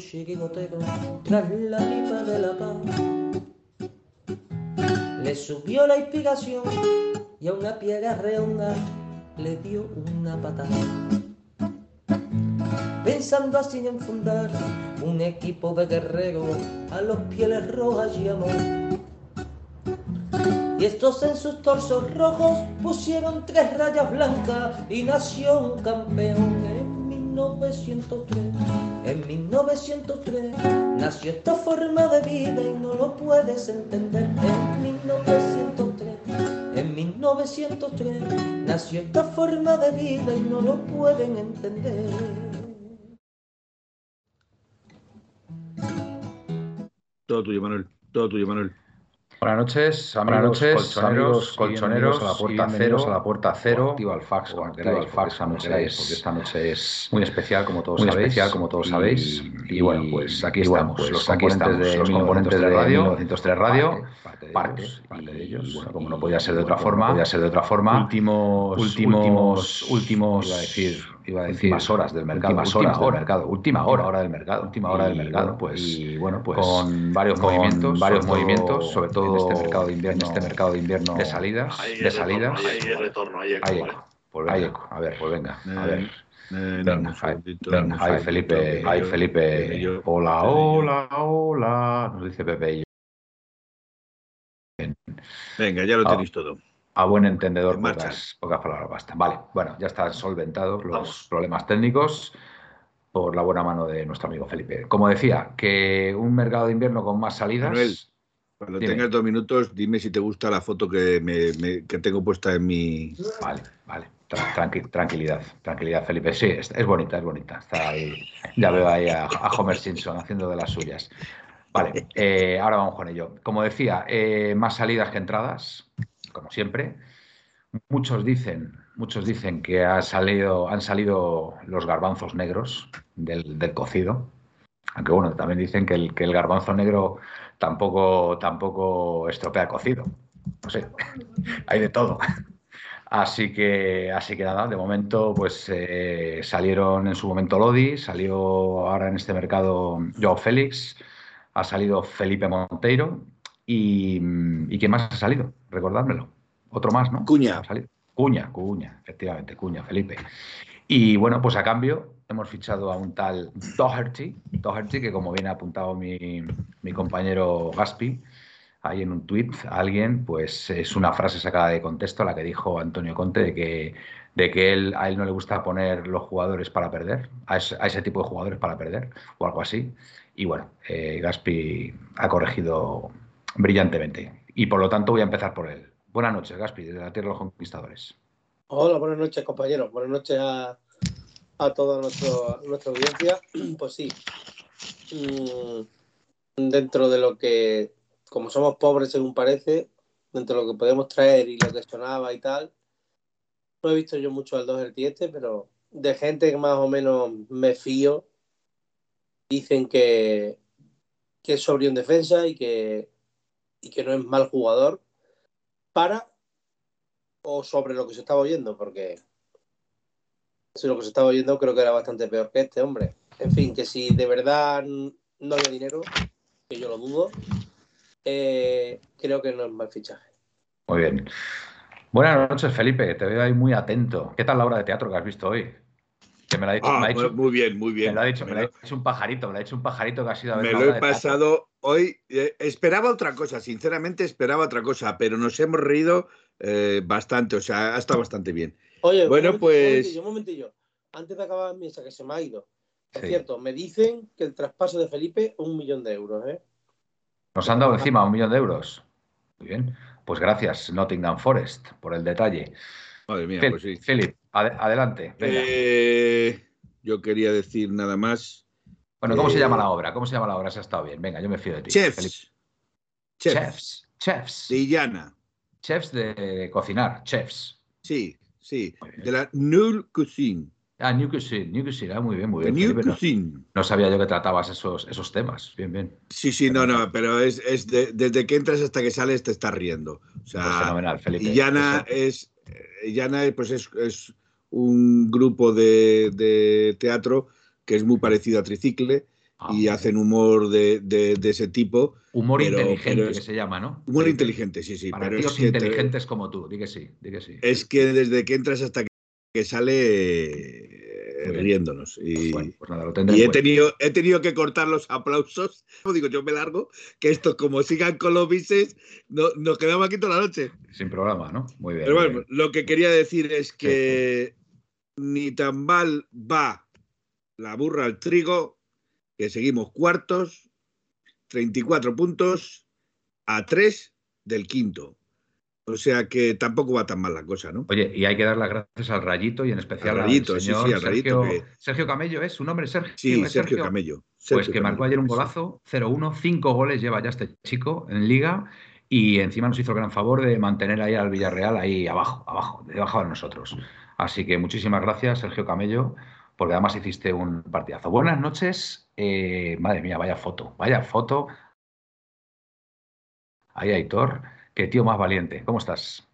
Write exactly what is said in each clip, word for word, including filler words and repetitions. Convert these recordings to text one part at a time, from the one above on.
chirigotero tras la pipa de la paz. Le subió la inspiración y a una piedra redonda le dio una patada. Pensando así en fundar un equipo de guerreros a los pieles rojas y amor. Y estos en sus torsos rojos pusieron tres rayas blancas y nació un campeón en mil novecientos tres. En mil novecientos tres nació esta forma de vida y no lo puedes entender. En mil novecientos tres, en mil novecientos tres nació esta forma de vida y no lo pueden entender. Todo tuyo, Manuel. Todo tuyo, Manuel. Buenas noches, amigos, noches, colchoneros, amigos colchoneros, a la puerta cero, a la puerta cero, activa el fax, o como activa queráis, el fax, esta como noche queráis, es, porque esta noche es muy especial, como todos muy sabéis, especial, como todos y, sabéis, y, y bueno, pues aquí y estamos, bueno, pues los aquí componentes estamos, de los mil novecientos tres componentes de Radio, mil novecientos tres Radio, parte, parte, parte, de ellos, parte de y, ellos, y bueno, y, como no podía ser de y, otra bueno, forma, no podía ser de otra forma, últimos, últimos, últimos, últimos, iba a decir, iba a decir, últimas horas del mercado, últimas última horas hora, del mercado, última hora, hora del mercado, última hora del y, mercado, bueno, pues, y bueno, pues con varios con movimientos, varios sobre movimientos, todo sobre todo en este mercado de invierno, en este mercado de invierno de salidas, Ahí de el retorno, salidas, ahí el retorno, ahí eco, hay ¿vale? eco, pues venga, hay eco, a ver, pues venga, a ver, Eh, eh, venga, dame un ay, segundito, venga, dame un ay segundito, Felipe, que ay yo- que Felipe, yo- hola, que yo- hola, hola, nos dice Pepe. Venga, ya lo Ah, tenéis todo. A buen entendedor, En marcha. pocas, pocas palabras bastan. Vale, bueno, ya están solventados los Vamos. problemas técnicos por la buena mano de nuestro amigo Felipe. Como decía, que un mercado de invierno con más salidas. Manuel, cuando Dime. tengas dos minutos, dime si te gusta la foto que, me, me- que tengo puesta en mi... Vale, vale. Tra- tranqui- tranquilidad, tranquilidad, Felipe. Sí, es, es bonita, es bonita. Está ahí. Ya veo ahí a, a Homer Simpson haciendo de las suyas. Vale, eh, ahora vamos con ello. Como decía, eh, más salidas que entradas, como siempre. Muchos dicen, muchos dicen que ha salido, han salido los garbanzos negros del, del cocido. Aunque bueno, también dicen que el, que el garbanzo negro tampoco, tampoco estropea el cocido. No sé, hay de todo. Así que, así que nada, de momento pues eh, salieron en su momento Lodi, salió ahora en este mercado Joao Félix, ha salido Felipe Monteiro y, y ¿quién más ha salido? Recordádmelo. Otro más, ¿no? Cuña. Ha salido. Cuña, Cuña, efectivamente, Cuña, Felipe. Y bueno, pues a cambio hemos fichado a un tal Doherty, Doherty que como bien ha apuntado mi, mi compañero Gaspi, ahí en un tuit a alguien, pues es una frase sacada de contexto la que dijo Antonio Conte de que, de que él, a él no le gusta poner los jugadores para perder, a ese, a ese tipo de jugadores para perder, o algo así. Y bueno, eh, Gaspi ha corregido brillantemente. Y por lo tanto voy a empezar por él. Buenas noches, Gaspi, desde la Tierra de los Conquistadores. Hola, buenas noches, compañeros. Buenas noches a, a toda nuestro, nuestra audiencia. Pues sí, mm, dentro de lo que, como somos pobres según parece, dentro de lo que podemos traer y lo que sonaba y tal, no he visto yo mucho al Doherty este, pero de gente que más o menos me fío, dicen que, que es sobrio en defensa y que, y que no es mal jugador para o sobre lo que se estaba oyendo, porque si lo que se estaba oyendo creo que era bastante peor que este hombre. En fin, que si de verdad no había dinero, que yo lo dudo, eh, creo que no es mal fichaje. Muy bien. Buenas noches, Felipe. Te veo ahí muy atento. ¿Qué tal la obra de teatro que has visto hoy? Que me lo ha dicho, Ah, me lo ha dicho, muy bien, muy bien. me lo ha dicho, me Me lo ha lo- dicho un pajarito, me lo ha dicho un pajarito que ha sido a ver Me una lo obra he de teatro. pasado hoy. eh, esperaba otra cosa, sinceramente esperaba otra cosa, pero nos hemos reído eh, bastante, o sea, ha estado bastante bien. Oye, Bueno, un momentillo, pues- un momentillo, un momentillo. Antes de acabar mi mesa, que se me ha ido. Por Sí. cierto, me dicen que el traspaso de Felipe un millón de euros, ¿eh? Nos han dado encima un millón de euros. Muy bien. Pues gracias, Nottingham Forest, por el detalle. Madre mía, Phil- pues sí. Philip, ade- adelante. Venga. Eh, yo quería decir nada más. Bueno, ¿cómo se llama eh, la obra? ¿Cómo se llama la obra? Se ha estado bien. Venga, yo me fío de ti. Felipe. Chefs. Chefs. Chefs. Chefs. De Illana. Chefs de cocinar. Chefs. Sí, sí. Muy bien. De la Nouvelle Cuisine. Ah, New Cuisine. New Cuisine. Ah, muy bien, muy De bien. New Felipe, no, Cuisine. no sabía yo que tratabas esos, esos temas. Bien, bien. Sí, sí, no, no, pero es, es de- desde que entras hasta que sales te estás riendo. O Pues sea, fenomenal, Felipe. Illana Eso- es, Illana pues es, es un grupo de, de teatro que es muy parecido a Tricicle Ah, y muy hacen bien. humor de, de, de ese tipo. Humor pero, inteligente, pero que es, se llama, ¿no? humor Felipe. inteligente, sí, sí, Para pero es tíos que, te, inteligentes como tú, di que sí, di que sí. es que desde que entras hasta que, que sale eh, Muy bien. riéndonos. Bueno, Y, pues nada, lo tendré y en he, cuenta. tenido, he tenido que cortar los aplausos. Como digo, yo me largo, que esto, como sigan con los bises, no, nos quedamos aquí toda la noche. Sin programa, ¿no? Muy bien, Pero muy bueno, bien. lo que quería decir es Sí. que ni tan mal va la burra al trigo, que seguimos cuartos, treinta y cuatro puntos a tres del quinto. O sea que tampoco va tan mal la cosa, ¿no? Oye, y hay que dar las gracias al Rayito y en Al especial al Rayito, sí, sí, señor al Rayito Sergio, que... Sergio Camello, ¿es su nombre? Sergio, Sí, ¿es Sergio Sergio? Camello. Pues Sergio que marcó Camello, ayer creo un que sí. golazo, cero uno, cinco goles lleva ya este chico en Liga y encima nos hizo el gran favor de mantener ahí al Villarreal ahí abajo, abajo, debajo de nosotros. Así que muchísimas gracias, Sergio Camello, porque además hiciste un partidazo. Buenas noches, eh, madre mía, vaya foto, vaya foto. Ahí Aitor, qué tío más valiente. ¿Cómo estás?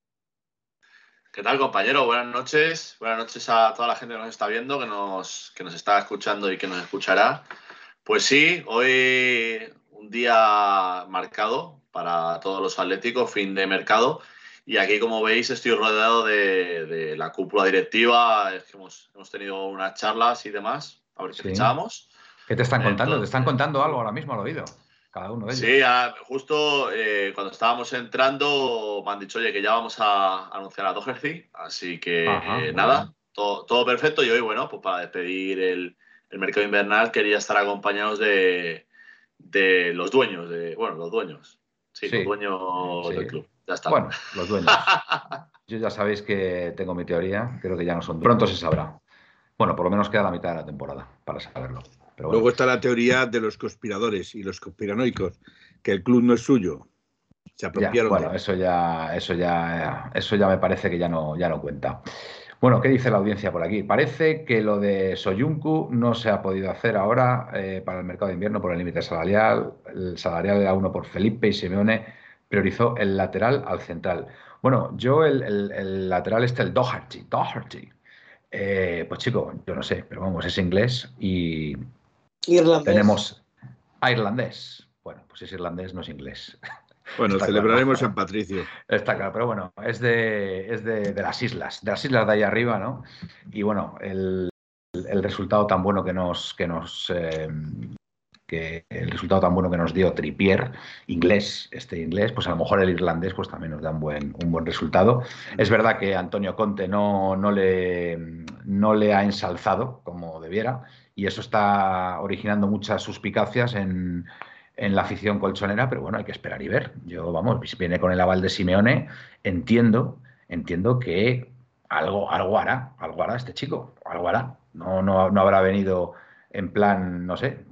¿Qué tal, compañero? Buenas noches. Buenas noches a toda la gente que nos está viendo, que nos, que nos está escuchando y que nos escuchará. Pues sí, hoy un día marcado para todos los atléticos, fin de mercado. Y aquí, como veis, estoy rodeado de, de la cúpula directiva. Es que hemos, hemos tenido unas charlas y demás, a ver qué Sí. fichábamos. ¿Qué te están contando? ¿Te están Entonces, contando algo ahora mismo al oído? Cada uno de sí, ellos. ah, justo eh, cuando estábamos entrando me han dicho, oye, que ya vamos a anunciar a Doherty, así Ajá, que eh, muy nada, bien. todo, todo perfecto y hoy, bueno, pues para despedir el, el mercado invernal quería estar acompañados de, de los dueños, de, bueno, los dueños, sí, los Sí, dueños sí. del club, ya está. Bueno, los dueños. Yo ya sabéis que tengo mi teoría, creo que ya no son. Pronto se sabrá. Bueno, por lo menos queda la mitad de la temporada para saberlo. Pero bueno, Luego está la teoría de los conspiradores y los conspiranoicos, que el club no es suyo, se ya, apropiaron de bueno, él. eso ya, eso ya, eso ya me parece que ya no, ya no cuenta. Bueno, ¿qué dice la audiencia por aquí? Parece que lo de Soyuncu no se ha podido hacer ahora eh, para el mercado de invierno por el límite salarial. El salarial era uno por Felipe y Simeone priorizó el lateral al central. Bueno, yo el, el- el lateral este, el Doherty, Doherty. Eh, pues chico, yo no sé, pero vamos, es inglés y Irlandés. tenemos a irlandés. Bueno, pues si es irlandés, no es inglés. Bueno, Está claro. celebraremos San Patricio. Está claro, pero bueno, es de, es de, de las islas, de las islas de ahí arriba, ¿no? Y bueno, el, el resultado tan bueno que nos, que nos eh, que el resultado tan bueno que nos dio Trippier, inglés, este inglés, pues a lo mejor el irlandés pues también nos da un buen, un buen resultado. Es verdad que Antonio Conte no, no, le, no le ha ensalzado como debiera y eso está originando muchas suspicacias en, en la afición colchonera, pero bueno, hay que esperar y ver. Yo, vamos, si viene con el aval de Simeone, entiendo, entiendo que algo, algo hará, algo hará este chico, algo hará. No, no, no habrá venido en plan, no sé,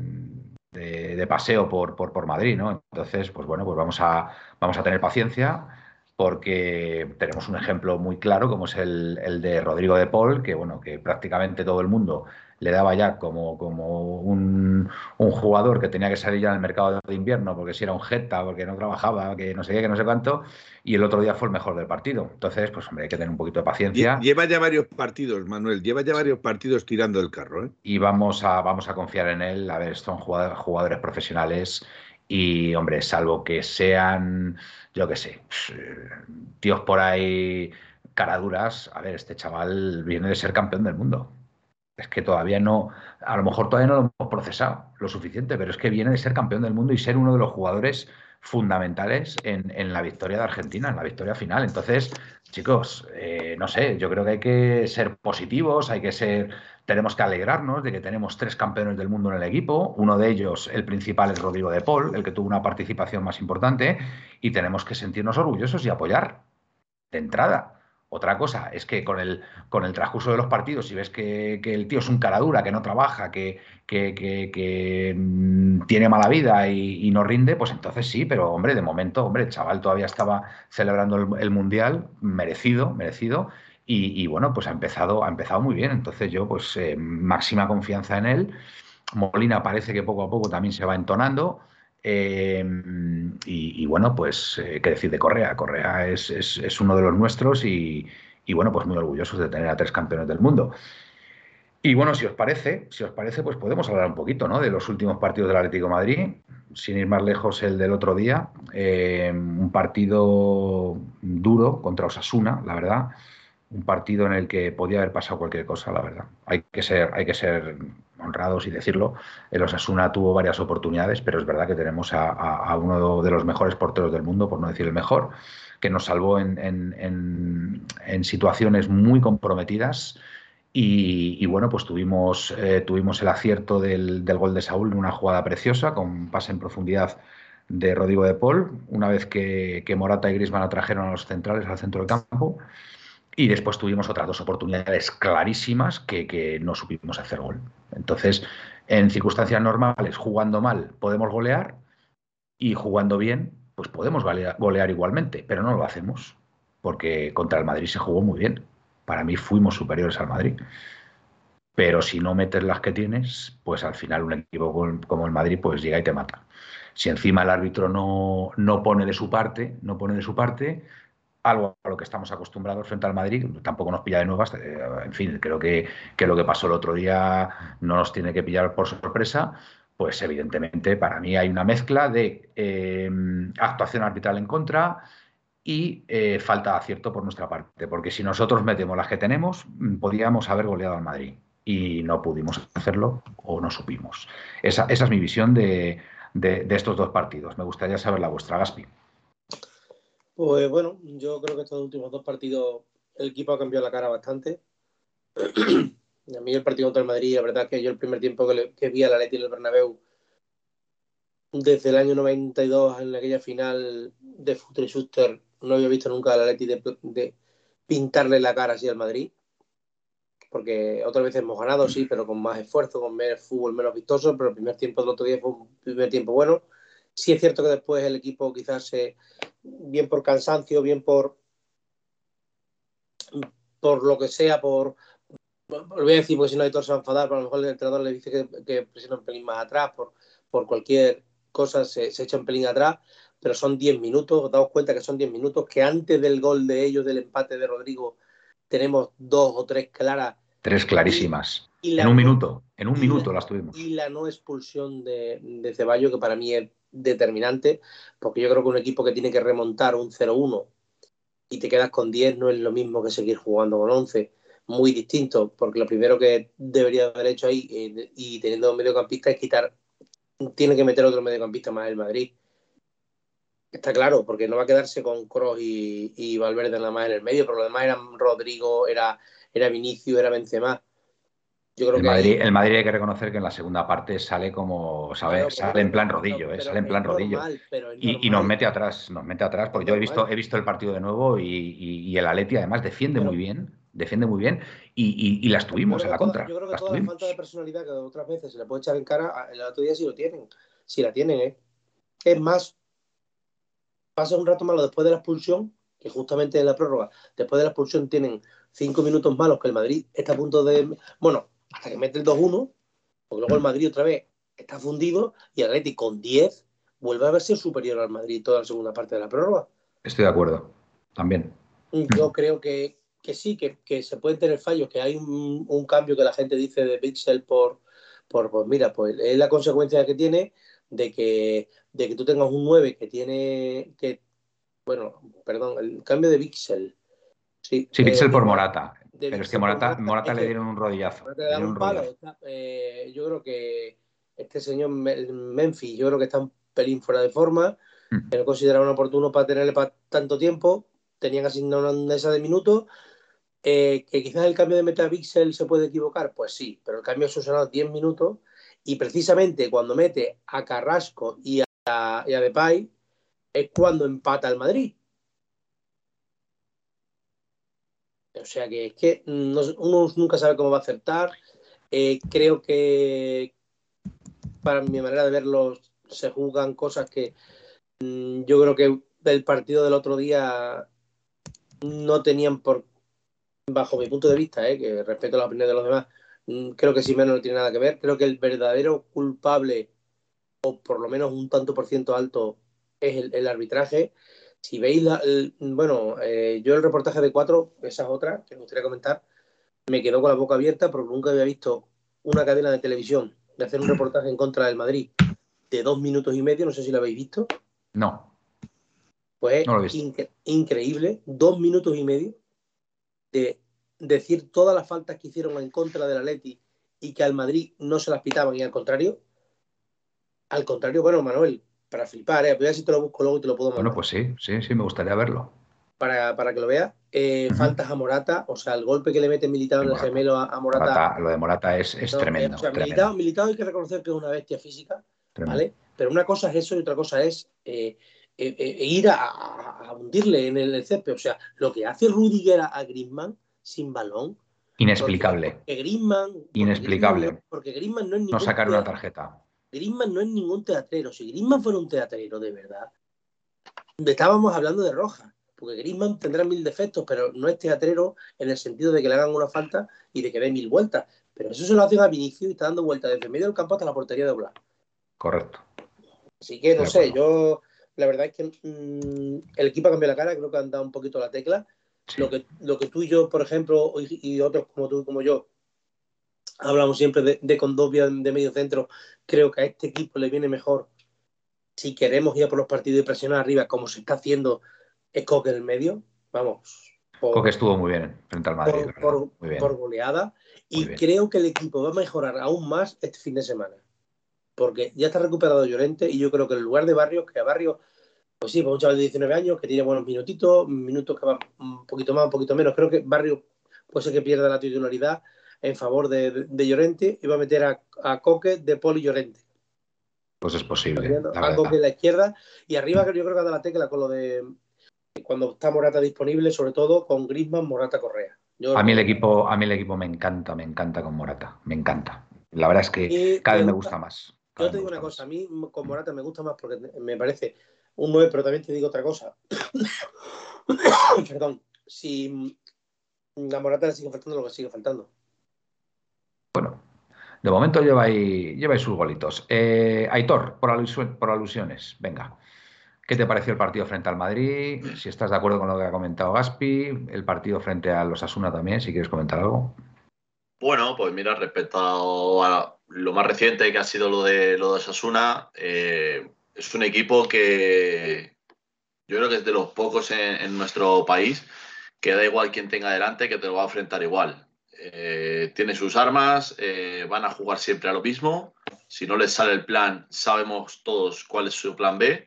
de, de paseo por, por, por Madrid, ¿no? Entonces, pues bueno, pues vamos a, vamos a tener paciencia porque tenemos un ejemplo muy claro como es el, el de Rodrigo de Paul, que bueno, que prácticamente todo el mundo le daba ya como, como un, un jugador que tenía que salir ya en el mercado de invierno porque si era un jeta, porque no trabajaba, que no sé qué, que no sé cuánto, y el otro día fue el mejor del partido. Entonces, pues hombre, hay que tener un poquito de Lle- paciencia. Lleva ya varios partidos, Manuel, lleva ya varios partidos tirando el carro, ¿eh? Y vamos a, vamos a confiar en él. A ver, son jugadores, jugadores profesionales y, hombre, salvo que sean, yo qué sé, tíos por ahí caraduras, a ver, este chaval viene de ser campeón del mundo. Es que todavía no, a lo mejor todavía no lo hemos procesado lo suficiente, pero es que viene de ser campeón del mundo y ser uno de los jugadores fundamentales en, en la victoria de Argentina, en la victoria final. Entonces, chicos, eh, no sé, yo creo que hay que ser positivos, hay que ser, tenemos que alegrarnos de que tenemos tres campeones del mundo en el equipo. Uno de ellos, el principal, es Rodrigo de Paul, el que tuvo una participación más importante, y tenemos que sentirnos orgullosos y apoyar de entrada. Otra cosa es que con el, con el transcurso de los partidos, si ves que, que el tío es un cara dura, que no trabaja, que, que, que, que mm, tiene mala vida y, y no rinde, pues entonces sí, pero hombre, de momento, hombre, el chaval todavía estaba celebrando el, el Mundial, merecido, merecido, y, y, bueno, pues ha empezado, ha empezado muy bien. Entonces yo, pues, eh, máxima confianza en él. Molina parece que poco a poco también se va entonando. Eh, y, y, bueno, pues, eh, qué decir de Correa. Correa es, es, es uno de los nuestros y, y, bueno, pues muy orgullosos de tener a tres campeones del mundo. Y bueno, si os parece, si os parece, pues podemos hablar un poquito, ¿no?, de los últimos partidos del Atlético de Madrid, sin ir más lejos el del otro día. Eh, un partido duro contra Osasuna, la verdad. Un partido en el que podía haber pasado cualquier cosa, la verdad. Hay que ser, hay que ser honrados y decirlo. El Osasuna tuvo varias oportunidades, pero es verdad que tenemos a, a, a uno de los mejores porteros del mundo, por no decir el mejor, que nos salvó en, en, en, en situaciones muy comprometidas. Y, y bueno, pues tuvimos, eh, tuvimos el acierto del, del gol de Saúl en una jugada preciosa, con pase en profundidad de Rodrigo de Paul, una vez que, que Morata y Griezmann atrajeron a los centrales al centro del campo. Y después tuvimos otras dos oportunidades clarísimas que, que no supimos hacer gol. Entonces, en circunstancias normales, jugando mal, podemos golear, y jugando bien, pues podemos golear, golear igualmente, pero no lo hacemos, porque contra el Madrid se jugó muy bien. Para mí fuimos superiores al Madrid. Pero si no metes las que tienes, pues al final un equipo como el Madrid pues llega y te mata. Si encima el árbitro no, no pone de su parte, no pone de su parte, algo a lo que estamos acostumbrados frente al Madrid, tampoco nos pilla de nuevas. Eh, en fin, creo que, que lo que pasó el otro día no nos tiene que pillar por sorpresa. Pues evidentemente para mí hay una mezcla de eh, actuación arbitral en contra y eh, falta de acierto por nuestra parte, porque si nosotros metemos las que tenemos, podríamos haber goleado al Madrid y no pudimos hacerlo o no supimos. Esa, esa es mi visión de, de, de estos dos partidos. Me gustaría saber la vuestra, Gaspi. Pues bueno, yo creo que estos últimos dos partidos el equipo ha cambiado la cara bastante. A mí el partido contra el Madrid, la verdad es que yo el primer tiempo que, le, que vi al Atleti en el Bernabéu desde el año noventa y dos, en aquella final de Futre Schuster, no había visto nunca al Atleti de, de pintarle la cara así al Madrid, porque otras veces hemos ganado, sí, pero con más esfuerzo, con menos fútbol, menos vistoso, pero el primer tiempo del otro día fue un primer tiempo bueno. Sí es cierto que después el equipo quizás, se, bien por cansancio, bien por por lo que sea, por voy a decir, porque si no hay todos se va a enfadar, pero a lo mejor el entrenador le dice que, que presiona un pelín más atrás, por, por cualquier cosa se, se echa un pelín atrás, pero son diez minutos, os damos cuenta que son diez minutos, que antes del gol de ellos, del empate de Rodrigo, tenemos dos o tres claras. Tres clarísimas. Y, y en un no, minuto, en un minuto la, las tuvimos. Y la no expulsión de, de Ceballos, que para mí es determinante, porque yo creo que un equipo que tiene que remontar un cero uno y te quedas con diez no es lo mismo que seguir jugando con once. Muy distinto, porque lo primero que debería haber hecho ahí, eh, y teniendo un mediocampista, es quitar, tiene que meter otro mediocampista más el Madrid. Está claro, porque no va a quedarse con Kroos y, y Valverde nada más en el medio, pero lo demás eran Rodrigo, era, era Vinicius, era Benzema. Yo creo el, que Madrid, ahí... el Madrid hay que reconocer que en la segunda parte sale como, ¿sabes? Bueno, sale en plan rodillo, pero, ¿eh? pero sale en plan rodillo. Normal, pero es y, y nos normal. mete atrás, nos mete atrás, porque yo he visto, he visto el partido de nuevo y, y, y el Atleti además defiende pero, muy bien, defiende muy bien y, y, y las tuvimos en la toda, contra. Yo creo que las toda tuvimos. la falta de personalidad que otras veces se le puede echar en cara, el otro día sí lo tienen, sí la tienen, ¿eh? Es más, pasa un rato malo después de la expulsión, que justamente en la prórroga, después de la expulsión tienen cinco minutos malos que el Madrid está a punto de... Bueno, hasta que mete el dos uno, porque luego el Madrid otra vez está fundido y el Atleti con diez vuelve a verse superior al Madrid toda la segunda parte de la prórroga. Estoy de acuerdo, también. Yo creo que, que sí, que, que se pueden tener fallos, que hay un, un cambio que la gente dice de Pixel por, por, pues mira, pues es la consecuencia que tiene de que, de que tú tengas un nueve que tiene, que, bueno, perdón, el cambio de Pixel. Sí, sí Pixel eh, por Morata, pero Pixel es que Morata, Morata, Morata es le que dieron un rodillazo. Morata Le le dan dieron un un palo. rodillazo. Está, eh, yo creo que este señor Memphis, yo creo que está un pelín fuera de forma, Mm. que no consideraban oportuno para tenerle para tanto tiempo, tenían asignado una mesa de minutos. Eh, que quizás el cambio de metapíxel se puede equivocar, pues sí, pero el cambio se usó diez minutos y precisamente cuando mete a Carrasco y a, y a Depay es cuando empata el Madrid. O sea que es que no, uno nunca sabe cómo va a acertar. Eh, creo que para mi manera de verlo se juegan cosas que mmm, yo creo que del partido del otro día no tenían por, bajo mi punto de vista, eh, que respeto la opinión de los demás, creo que Simeone no tiene nada que ver. Creo que el verdadero culpable, o por lo menos un tanto por ciento alto, es el, el arbitraje. Si veis, la, el, bueno, eh, yo el reportaje de cuatro, esa es otra que me gustaría comentar, me quedó con la boca abierta porque nunca había visto una cadena de televisión de hacer un reportaje en contra del Madrid de dos minutos y medio, no sé si lo habéis visto. No. Pues no lo he visto. Incre increíble, dos minutos y medio de decir todas las faltas que hicieron en contra del Atleti y que al Madrid no se las pitaban, y al contrario, al contrario, bueno, Manuel, para flipar, ¿eh? Voy a ver si te lo busco luego y te lo puedo mandar. Bueno, pues sí, sí, sí, me gustaría verlo. Para, para que lo veas, eh, uh-huh. Faltas a Morata, o sea, el golpe que le mete Militao en el gemelo a, a Morata, Morata. Lo de Morata es, es no, tremendo. Eh, o sea, tremendo. Militao, Militao hay que reconocer que es una bestia física, tremendo. ¿Vale? Pero una cosa es eso y otra cosa es eh, eh, eh, ir a, a, a hundirle en el, el césped. O sea, lo que hace Rudiger a, a Griezmann sin balón. Inexplicable. Porque, porque Griezmann, porque Inexplicable. Griezmann, porque Griezmann no es ningún no sacar teatrero. Una tarjeta. Griezmann no es ningún teatrero. Si Griezmann fuera un teatrero de verdad, estábamos hablando de Roja. Porque Griezmann tendrá mil defectos, pero no es teatrero en el sentido de que le hagan una falta y de que dé mil vueltas. Pero eso se lo hacen a Vinicius y está dando vueltas desde medio del campo hasta la portería de Oblak. Correcto. Así que no sé, yo la verdad es que mmm, el equipo ha cambiado la cara, creo que han dado un poquito la tecla. Sí. Lo, que, lo que tú y yo, por ejemplo, y, y otros como tú y como yo, hablamos siempre de, de con dos vías de medio centro, creo que a este equipo le viene mejor si queremos ir a por los partidos y presionar arriba, como se está haciendo es Coque en el medio, vamos. Por, Coque estuvo muy bien frente al Madrid. Por, por, muy bien. por goleada. Y creo que el equipo va a mejorar aún más este fin de semana. Porque ya está recuperado Llorente y yo creo que en lugar de Barrios, que a Barrios, pues sí, pues un chaval de diecinueve años que tiene buenos minutitos, minutos que van un poquito más, un poquito menos. Creo que Barrios puede ser que pierda la titularidad en favor de, de, de Llorente y va a meter a, a Coque, De Paul y Llorente. Pues es posible. A Coque en la izquierda y arriba yo creo que anda la tecla con lo de cuando está Morata disponible, sobre todo con Griezmann, Morata, Correa. Yo a mí el equipo, a mí el equipo me encanta, me encanta con Morata, me encanta. La verdad es que y cada vez me gusta más. Yo te digo una cosa, más. A mí con Morata me gusta más porque me parece un nueve, pero también te digo otra cosa. Perdón, si a Morata le sigue faltando lo que sigue faltando. Bueno, de momento lleváis, lleváis sus golitos. Eh, Aitor, por, alus por alusiones, venga. ¿Qué te pareció el partido frente al Madrid? Si estás de acuerdo con lo que ha comentado Gaspi, el partido frente a los Osasuna también, si quieres comentar algo. Bueno, pues mira, respecto a lo más reciente que ha sido lo de lo de Osasuna, eh, es un equipo que yo creo que es de los pocos en, en nuestro país que da igual quién tenga delante, que te lo va a enfrentar igual. Eh, tiene sus armas, eh, van a jugar siempre a lo mismo. Si no les sale el plan, sabemos todos cuál es su plan B.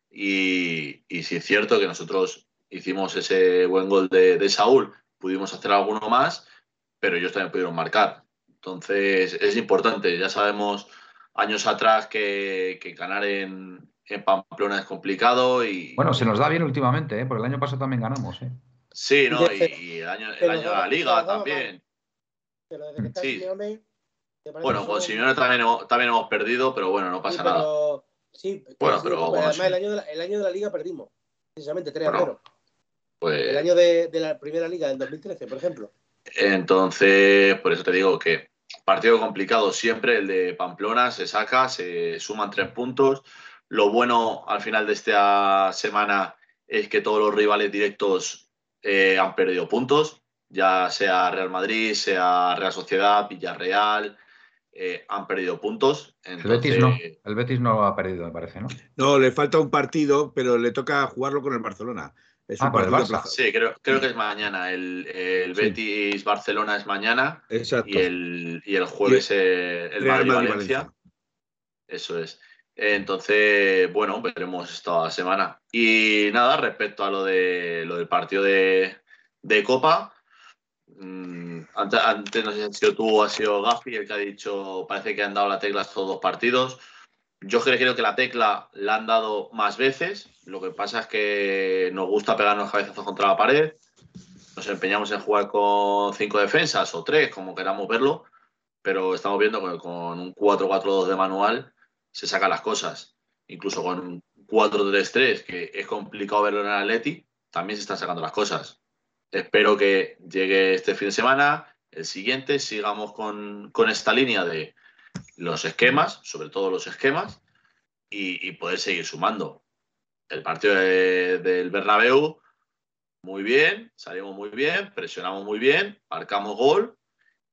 Y, y sí es cierto que nosotros hicimos ese buen gol de, de Saúl, pudimos hacer alguno más, pero ellos también pudieron marcar. Entonces es importante, ya sabemos años atrás que, que ganar en, en Pamplona es complicado. Y bueno, se nos da bien últimamente, ¿eh? Porque el año pasado también ganamos. ¿eh? Sí, ¿no? Y, y el año, el año de la Liga también. Pero desde que está sí. Simeone, bueno, con Simeone también, también hemos perdido, pero bueno, no pasa sí, pero... nada. Sí, bueno, sí, pero además el año, de la, el año de la Liga perdimos, precisamente tres a cero. Bueno, pues... El año de, de la primera Liga, del dos mil trece, por ejemplo. Entonces, por eso te digo que partido complicado siempre, el de Pamplona, se saca, se suman tres puntos. Lo bueno al final de esta semana es que todos los rivales directos eh, han perdido puntos, ya sea Real Madrid, sea Real Sociedad, Villarreal... Eh, han perdido puntos. Entonces... El Betis no, el Betis no ha perdido, me parece, ¿no? No, le falta un partido, pero le toca jugarlo con el Barcelona. Es ah, un con el Barça. Plazo. Sí, creo, creo que es mañana. El, el sí. Betis-Barcelona es mañana. Exacto. Y el, y el jueves y el, el Madrid-Valencia. Eso es. Entonces, bueno, veremos esta semana. Y nada, respecto a lo, de, lo del partido de, de Copa... Antes, antes no sé si has sido tú o ha sido Gaspi el que ha dicho, parece que han dado la tecla estos dos partidos. Yo creo que la tecla la han dado más veces. Lo que pasa es que nos gusta pegarnos cabezazos contra la pared. Nos empeñamos en jugar con cinco defensas o tres, como queramos verlo. Pero estamos viendo que con un cuatro cuatro dos de manual se sacan las cosas. Incluso con un cuatro tres tres, que es complicado verlo en el Atleti, también se están sacando las cosas. Espero que llegue este fin de semana, el siguiente, sigamos con, con esta línea de los esquemas, sobre todo los esquemas, y, y poder seguir sumando. El partido de, del Bernabéu, muy bien, salimos muy bien, presionamos muy bien, marcamos gol,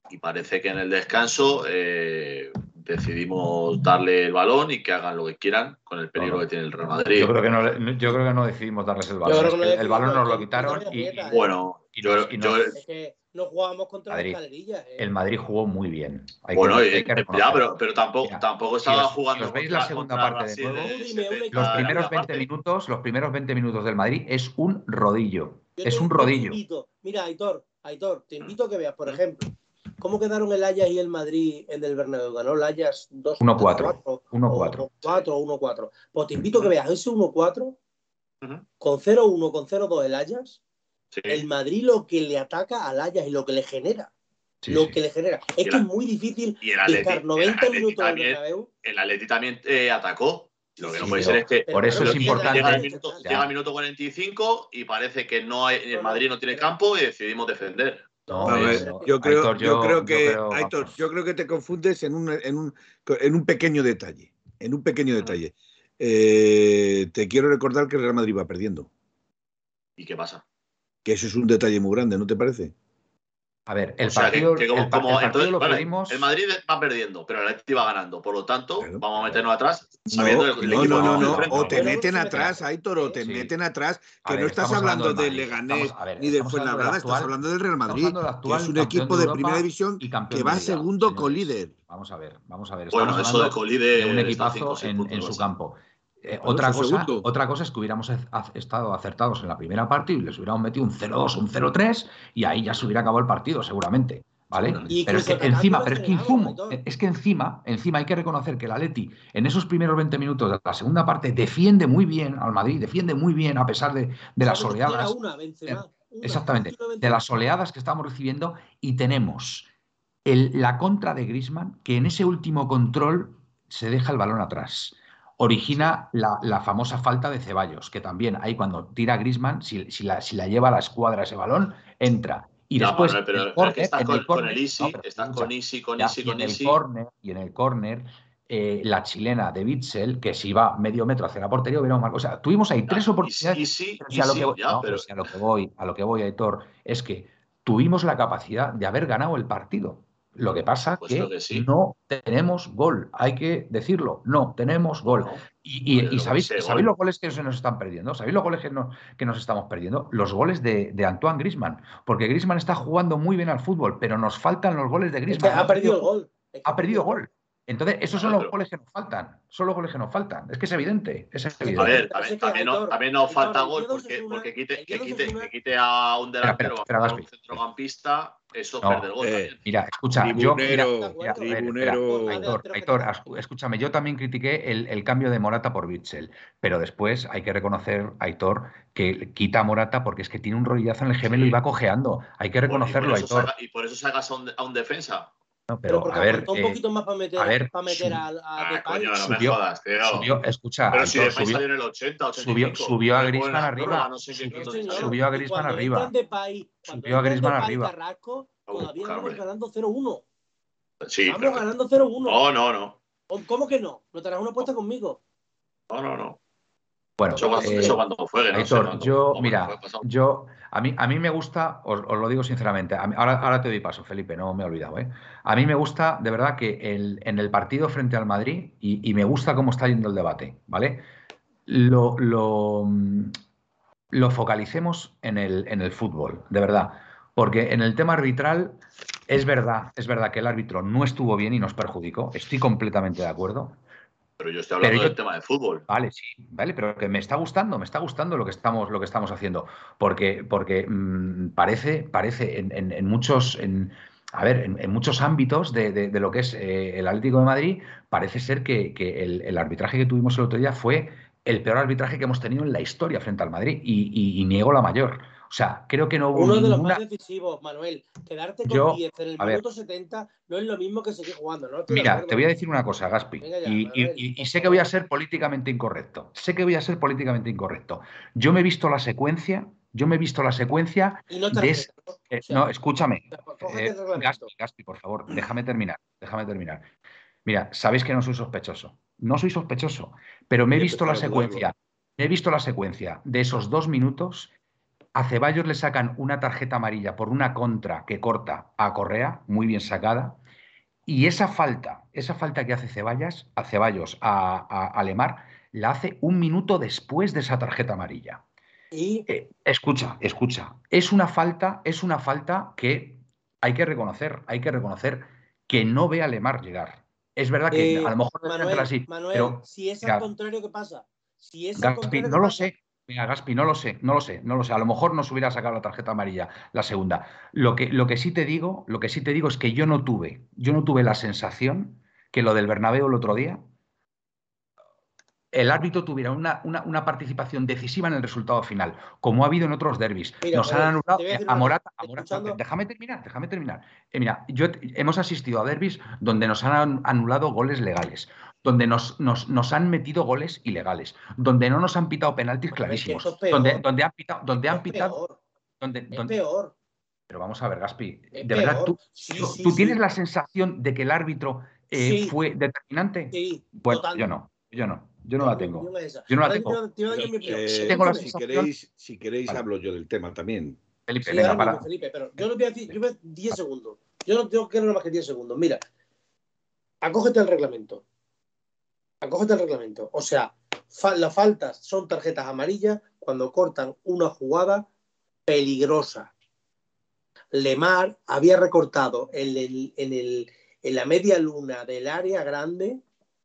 y parece que en el descanso eh, decidimos darle el balón y que hagan lo que quieran con el peligro No, no. que tiene el Real Madrid. Yo creo que no, yo creo que no decidimos darles el balón. creo Es que que no el, el balón nos lo decidimos, quitaron es que y, aprieta, y- ¿eh? Bueno, y yo, nos- y yo- nos- Es que no jugábamos contra Madrid. las escalerillas. ¿eh? el Madrid jugó muy bien. Hay bueno, que, y- hay que ya, reconocerlo. pero, pero tampoco, Mira, tampoco si estaba os- jugando si os veis contra, la segunda contra parte de Brasil juego, de Dime, un setenta equipo- Los de la primeros primera veinte parte. minutos, los primeros veinte minutos del Madrid es un rodillo. Yo Es te- un yo te rodillo. invito- Mira, Aitor, Aitor, te invito a que veas, por Mm. ejemplo, cómo quedaron el Ajax y el Madrid en el Bernabéu. Ganó el Ajax dos uno cuatro. o uno cuatro. cuatro o uno cuatro. Pues te invito a que veas ese uno cuatro Ujú. con cero uno, con cero dos el Ajax. Sí. El Madrid lo que le ataca al Ajax y lo que le genera. Sí, lo sí. que le genera. Es Y que la- es muy difícil y el Atleti- estar el noventa Atleti minutos en el también- Bernabéu. El Atleti también eh, atacó. Lo que no Sí, puede pero- ser es que Pero Por eso claro, es llega- importante- llega el llega- minuto, Ya. llega el minuto cuarenta y cinco y parece que no hay, el No, no, Madrid no tiene pero- campo y decidimos defender. No, A ver, es- yo creo, Aitor, yo creo yo que, creo- Aitor, vamos. yo creo que te confundes en un, en un, en un pequeño detalle. En un pequeño detalle. Eh, te quiero recordar que el Real Madrid va perdiendo. ¿Y qué pasa? Que eso es un detalle muy grande, ¿no te parece? A ver, el O sea, que- partido, que como- el, pa- como- el partido entonces, lo vale, perdimos. el Madrid va perdiendo, pero el Atleti va ganando. Por lo tanto, Claro. vamos a meternos atrás No, sabiendo el, el no, equipo no, que no, tenemos no. enfrente. O te Pero meten no se atrás, meten. Aitor, o te Sí. meten atrás, A que ver, no estás estamos hablando hablando del del Madrid. Leganés Estamos- a ver, ni del estamos hablando del Fuenlabrada, estás actual- hablando del Real Estamos Madrid, hablando del que actual es un campeón equipo de de Europa primera división y campeón que de va Liga, segundo señores. colíder. Vamos a ver, vamos a ver. Bueno, Estamos eso de hablando colíder de un está equipazo cinco o seis en, puntos en o su así. campo. Eh, Por otra, eso, cosa, segundo. otra cosa es que hubiéramos ac- ac- estado acertados en la primera parte y les hubiéramos metido un cero dos, un cero tres y ahí ya se hubiera acabado el partido, seguramente. ¿Vale? Seguramente. Y Pero es que incluso encima, atacando pero es que nos insumo, frenamos, es que encima, encima hay que reconocer que el Atleti en esos primeros veinte minutos de la segunda parte defiende muy bien al Madrid, defiende muy bien a pesar de, de las Solamente genera oleadas. una, Benzema, una, Exactamente, una, de Benzema. las oleadas que estamos recibiendo y tenemos el- la contra de Griezmann, que en ese último control se deja el balón atrás. Origina la, la famosa falta de Ceballos, que también ahí cuando tira Griezmann, si, si la, si la lleva a la escuadra ese balón, entra. Y Ya, después, Manuel, pero el es córner, que estás en con, el con córner- el Easy, no, pero estás escucha, con Easy, con ya, Easy, y con en el Easy. córner, y en el córner, eh, la chilena de Witzel, que si va medio metro hacia la portería hubiera marcado. O sea, tuvimos ahí Ya, tres oportunidades. Easy, Pero si a lo Easy, que voy, ya, no, pero pero si a lo que voy, a lo que voy, Aitor, es que tuvimos la capacidad de haber ganado el partido. Lo que pasa Pues que, creo que sí. no tenemos gol, hay que decirlo, no tenemos gol. No, Y, y- Oye, y lo sabéis, que sé, ¿sabéis gol. los goles que se nos están perdiendo? ¿Sabéis los goles que, no- que nos estamos perdiendo? Los goles de, de Antoine Griezmann. Porque Griezmann está jugando muy bien al fútbol, pero nos faltan los goles de Es que Griezmann. ha perdido el gol. Es que Ha perdido gol. Entonces, esos son Claro, los pero- goles que nos faltan. Son los goles que nos faltan. Es que es evidente. Es evidente. A ver, Pero también, es que, también, no- Aitor, también nos Aitor, falta el gol día dos porque, es una- porque quite, el día que, dos quite, es una- que quite a un Espera, delantero espera, espera, a un Gaspi. centrocampista, eso No, perder gol eh, también. Mira, escucha, yo, mira, Tribunero, mira, a ver, espera, tribunero. Aitor, Aitor, as- escúchame, yo también critiqué el, el cambio de Morata por Witzel, pero después hay que reconocer, Aitor, que quita a Morata porque es que tiene un rodillazo en el gemelo Sí. y va cojeando. Hay que Por- y, por reconocerlo, eso Aitor. saca- y por eso sacas a un, a un defensa. No, Pero pero, porque a ver, aguantó un eh, poquito más para meter a ver, para meter sub- a, a Ah, Depay. coño, no subió- me jodas, tío. subió, escucha, Pero si Aitor, Depay subió, salió en el ochenta, ochenta y subió- cinco. subió a Fue Griezmann en la arriba. prórroga, no sé en qué Subió- minuto Sí, señor. salió. subió a Y Griezmann cuando arriba. entran Depay, cuando Subió a entran Griezmann Depay y arriba. Carrasco, Oh, todavía vamos hombre. ganando cero uno. Sí, Vamos pero- ganando cero uno. No, no, no. ¿Cómo que no? ¿No te harás una apuesta conmigo? No, no, no. Bueno, Eso cuando, eh, eso cuando fue, que no sé Aitor, cuándo- yo, cómo mira, fue pasado. yo, a mí, a mí me gusta, os, os lo digo sinceramente, a mí- ahora, ahora te doy paso, Felipe, no me he olvidado, ¿eh? A mí me gusta, de verdad, que el- en el partido frente al Madrid, y, y me gusta cómo está yendo el debate, ¿vale? Lo, lo, mm, lo focalicemos en el, en el fútbol, de verdad. Porque en el tema arbitral, es verdad, es verdad que el árbitro no estuvo bien y nos perjudicó, estoy completamente de acuerdo. Pero yo estoy hablando Pero yo- del tema de fútbol. Vale, sí, vale, pero que me está gustando, me está gustando lo que estamos, lo que estamos haciendo, porque, porque mm, parece, parece en, en- en muchos, en, a ver, en, en muchos ámbitos de, de- de lo que es eh, el Atlético de Madrid, parece ser que, que el, el arbitraje que tuvimos el otro día fue el peor arbitraje que hemos tenido en la historia frente al Madrid, y, y- y niego la mayor. O sea, creo que no hubo Uno de los ninguna. más decisivos, Manuel. Quedarte con Yo- diez en el a ver. minuto setenta no es lo mismo que seguir jugando, ¿no? Estoy de Mira, acuerdo. te voy a decir una cosa, Gaspi, Venga ya, y, y- Manuel, y- y por sé que voy a favor. ser políticamente incorrecto. Sé que voy a ser políticamente incorrecto. Yo me he visto la secuencia, yo me he visto la secuencia Y no te de respetas, ¿no? Eh, O sea, no, escúchame. cógete Eh, el reglamento. Gaspi, Gaspi, por favor, déjame terminar. Déjame terminar. Mira, sabéis que no soy sospechoso. No soy sospechoso, pero me he Yo visto la empezaba a dudarlo. secuencia. Me he visto la secuencia de esos dos minutos A Ceballos le sacan una tarjeta amarilla por una contra que corta a Correa, muy bien sacada. Y esa falta, esa falta que hace Ceballos, a Ceballos, a, a, a Lemar, la hace un minuto después de esa tarjeta amarilla. Y Eh, escucha, escucha. Es una falta, es una falta que hay que reconocer, hay que reconocer que no ve a Lemar llegar. Es verdad que eh, a lo mejor no Manuel, así, Manuel, pero si es mira, al contrario, ¿qué pasa? Si es al Gaspi, contrario, no ¿qué lo pasa? sé. Mira, Gaspi, no lo sé, no lo sé, no lo sé. A lo mejor nos hubiera sacado la tarjeta amarilla, la segunda. Lo que, lo que sí te digo, lo que sí te digo es que yo no tuve, yo no tuve la sensación que lo del Bernabéu el otro día, el árbitro tuviera una, una, una participación decisiva en el resultado final, como ha habido en otros derbis. Mira, Nos han Manuel, anulado te voy a eh, decir a una cosa. Morata, a Morata. Escuchando, Déjame terminar, déjame terminar. Eh, mira, yo hemos asistido a derbis donde nos han anulado goles legales, donde nos, nos, nos han metido goles ilegales, donde no nos han pitado penaltis Manuel, que esto clarísimos, es peor. donde, donde han pitado, donde Esto han es pitado, peor. donde, Es donde- peor. Pero vamos a ver, Gaspi, Es de verdad, peor. tú, Sí, tú, sí, tú sí. tienes la sensación de que el árbitro eh, Sí, fue determinante. sí, Bueno, yo totalmente. no, yo no, yo no Yo, la mi tengo. opinión es esa. Yo no la Ahora te tengo. voy a- te voy a dar Pero, yo mi opinión. eh, Tengo la Escúchame. si sensación. queréis, si queréis Vale. hablo yo del tema también. Felipe, Sí, venga, ahora mismo, para. Felipe, pero yo no voy a decir, yo voy a diez segundos. Yo no tengo que nada más que diez segundos. Mira, acógete al reglamento. Acógete al reglamento. O sea, fa- las faltas son tarjetas amarillas cuando cortan una jugada peligrosa. Lemar había recortado en, el, en, el, en la media luna del área grande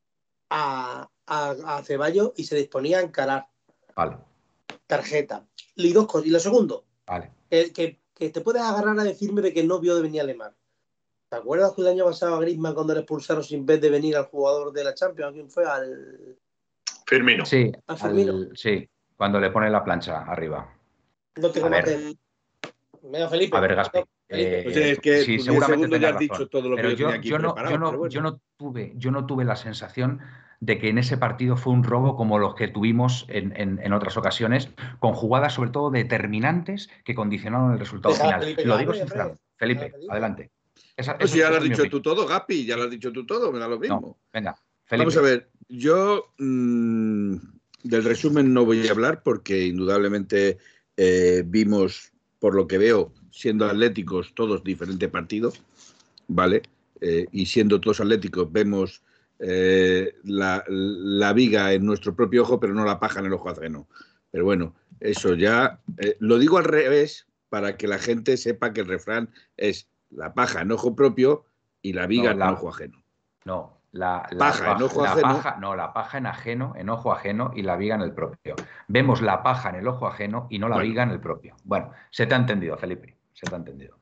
a, a, a Ceballos y se disponía a encarar. Vale, Tarjeta. Y, dos cosas. Y lo segundo, vale. que, que, que te puedes agarrar a decirme de que no vio de venir a Lemar. ¿Te acuerdas que el año pasado a Griezmann cuando le expulsaron sin vez de venir al jugador de la Champions? ¿A quién fue? Al, Firmino. Sí, al Firmino. al- sí, cuando le pone la plancha arriba. No tengo A más ver. que... Venga, Felipe. A ver, Gaspi. No, Felipe. eh, Pues es que sí, tus diez seguramente segundos ya tengas has dicho razón. todo lo que Pero yo tenía yo, aquí yo no, preparado. yo no, pero bueno. yo no tuve, yo no tuve la sensación de que en ese partido fue un robo como los que tuvimos en, en- en otras ocasiones, con jugadas sobre todo determinantes que condicionaron el resultado Deja a final. Felipe que Lo digo hable, hombre. sinceramente. Deja a Felipe, Felipe. adelante. Esa, Pues esa- si ya lo esa has es mi dicho opinión. tú todo, Gapi, ya lo has dicho tú todo, me da lo mismo. No, venga, Vamos a Felipe. ver, yo mmm, del resumen no voy a hablar porque indudablemente eh, vimos, por lo que veo, siendo atléticos todos diferente partido, ¿vale? Eh, y siendo todos atléticos vemos eh, la, la viga en nuestro propio ojo, pero no la paja en el ojo ajeno. Pero bueno, eso ya, eh, lo digo al revés para que la gente sepa que el refrán es la paja en ojo propio y la viga No, en la, ojo ajeno. No, la, la Paja en paja, ojo la ajeno. paja, no, la paja en ajeno, en ojo ajeno y la viga en el propio. Vemos la paja en el ojo ajeno y no la Bueno. viga en el propio. Bueno, se te ha entendido, Felipe, se te ha entendido.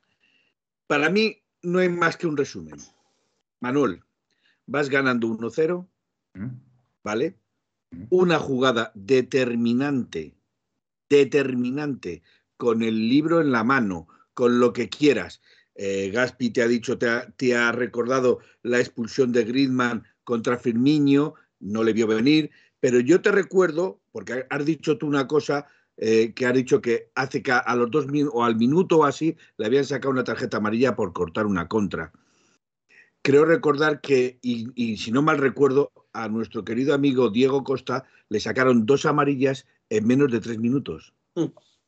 Para mí no hay más que un resumen. Manuel, vas ganando uno cero, ¿Mm? ¿vale? ¿Mm? Una jugada determinante, determinante, con el libro en la mano, con lo que quieras. Eh, Gaspi te ha dicho, te ha, te ha recordado la expulsión de Griezmann contra Firmino, no le vio venir, pero yo te recuerdo, porque has dicho tú una cosa, eh, que has dicho que hace que a los dos minutos o al minuto o así le habían sacado una tarjeta amarilla por cortar una contra. Creo recordar que, y, y si no mal recuerdo, a nuestro querido amigo Diego Costa le sacaron dos amarillas en menos de tres minutos. Mm.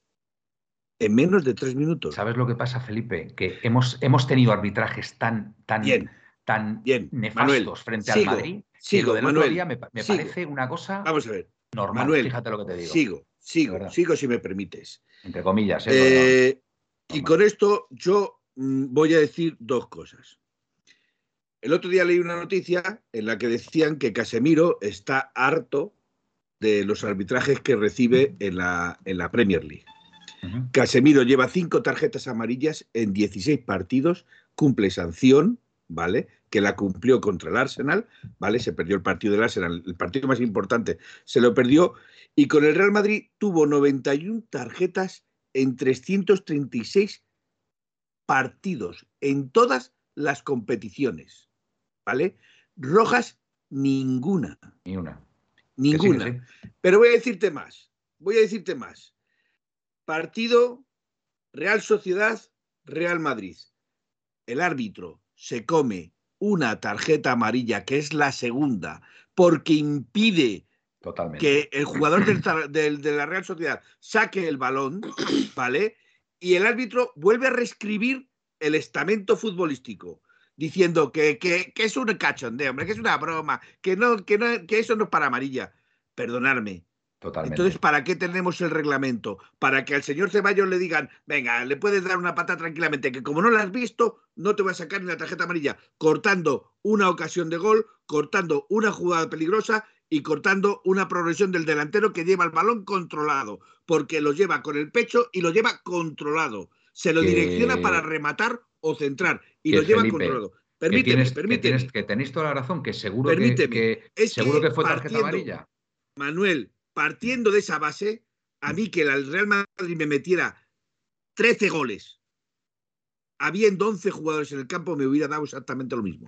En menos de tres minutos. ¿Sabes lo que pasa, Felipe? Que hemos, hemos tenido arbitrajes tan, tan, Bien, tan bien. nefastos Manuel, frente sigo, al Madrid sigo, que lo del Manuel, otro día me, me sigo. parece una cosa Vamos a ver. normal. Manuel, Fíjate lo que te digo. Sigo, De sigo, verdad. sigo si me permites. Entre comillas, ¿eh? Porque no- Eh, y normal. con esto yo mm, voy a decir dos cosas. El otro día leí una noticia en la que decían que Casemiro está harto de los arbitrajes que recibe en la, en la Premier League. Ujú. Casemiro lleva cinco tarjetas amarillas en dieciséis partidos, cumple sanción, ¿vale? Que la cumplió contra el Arsenal, ¿vale? Se perdió el partido del Arsenal, el partido más importante, se lo perdió. Y con el Real Madrid tuvo noventa y una tarjetas en trescientos treinta y seis partidos, en todas las competiciones, ¿vale? Rojas, ninguna. Ni una. Ninguna. Que sí, que sí. Pero voy a decirte más, voy a decirte más. Partido Real Sociedad, Real Madrid. El árbitro se come una tarjeta amarilla, que es la segunda, porque impide Totalmente. que el jugador del, del, de la Real Sociedad saque el balón, ¿vale? Y el árbitro vuelve a reescribir el estamento futbolístico, diciendo que, que, que es un cachondeo, hombre, que es una broma, que, no, que, no, que eso no es para amarilla. Perdonadme. Totalmente. Entonces, ¿para qué tenemos el reglamento? Para que al señor Ceballos le digan, venga, le puedes dar una pata tranquilamente, que como no la has visto, no te voy a sacar ni la tarjeta amarilla, cortando una ocasión de gol, cortando una jugada peligrosa y cortando una progresión del delantero que lleva el balón controlado, porque lo lleva con el pecho y lo lleva controlado. Se lo que... direcciona para rematar o centrar y que lo lleva Felipe, controlado. Permíteme, que tienes, permíteme. Que, tienes, que tenéis toda la razón, que seguro permíteme. que, que, es seguro que, que fue tarjeta partiendo, amarilla. Manuel, partiendo de esa base, a mí que el Real Madrid me metiera trece goles, habiendo once jugadores en el campo, me hubiera dado exactamente lo mismo.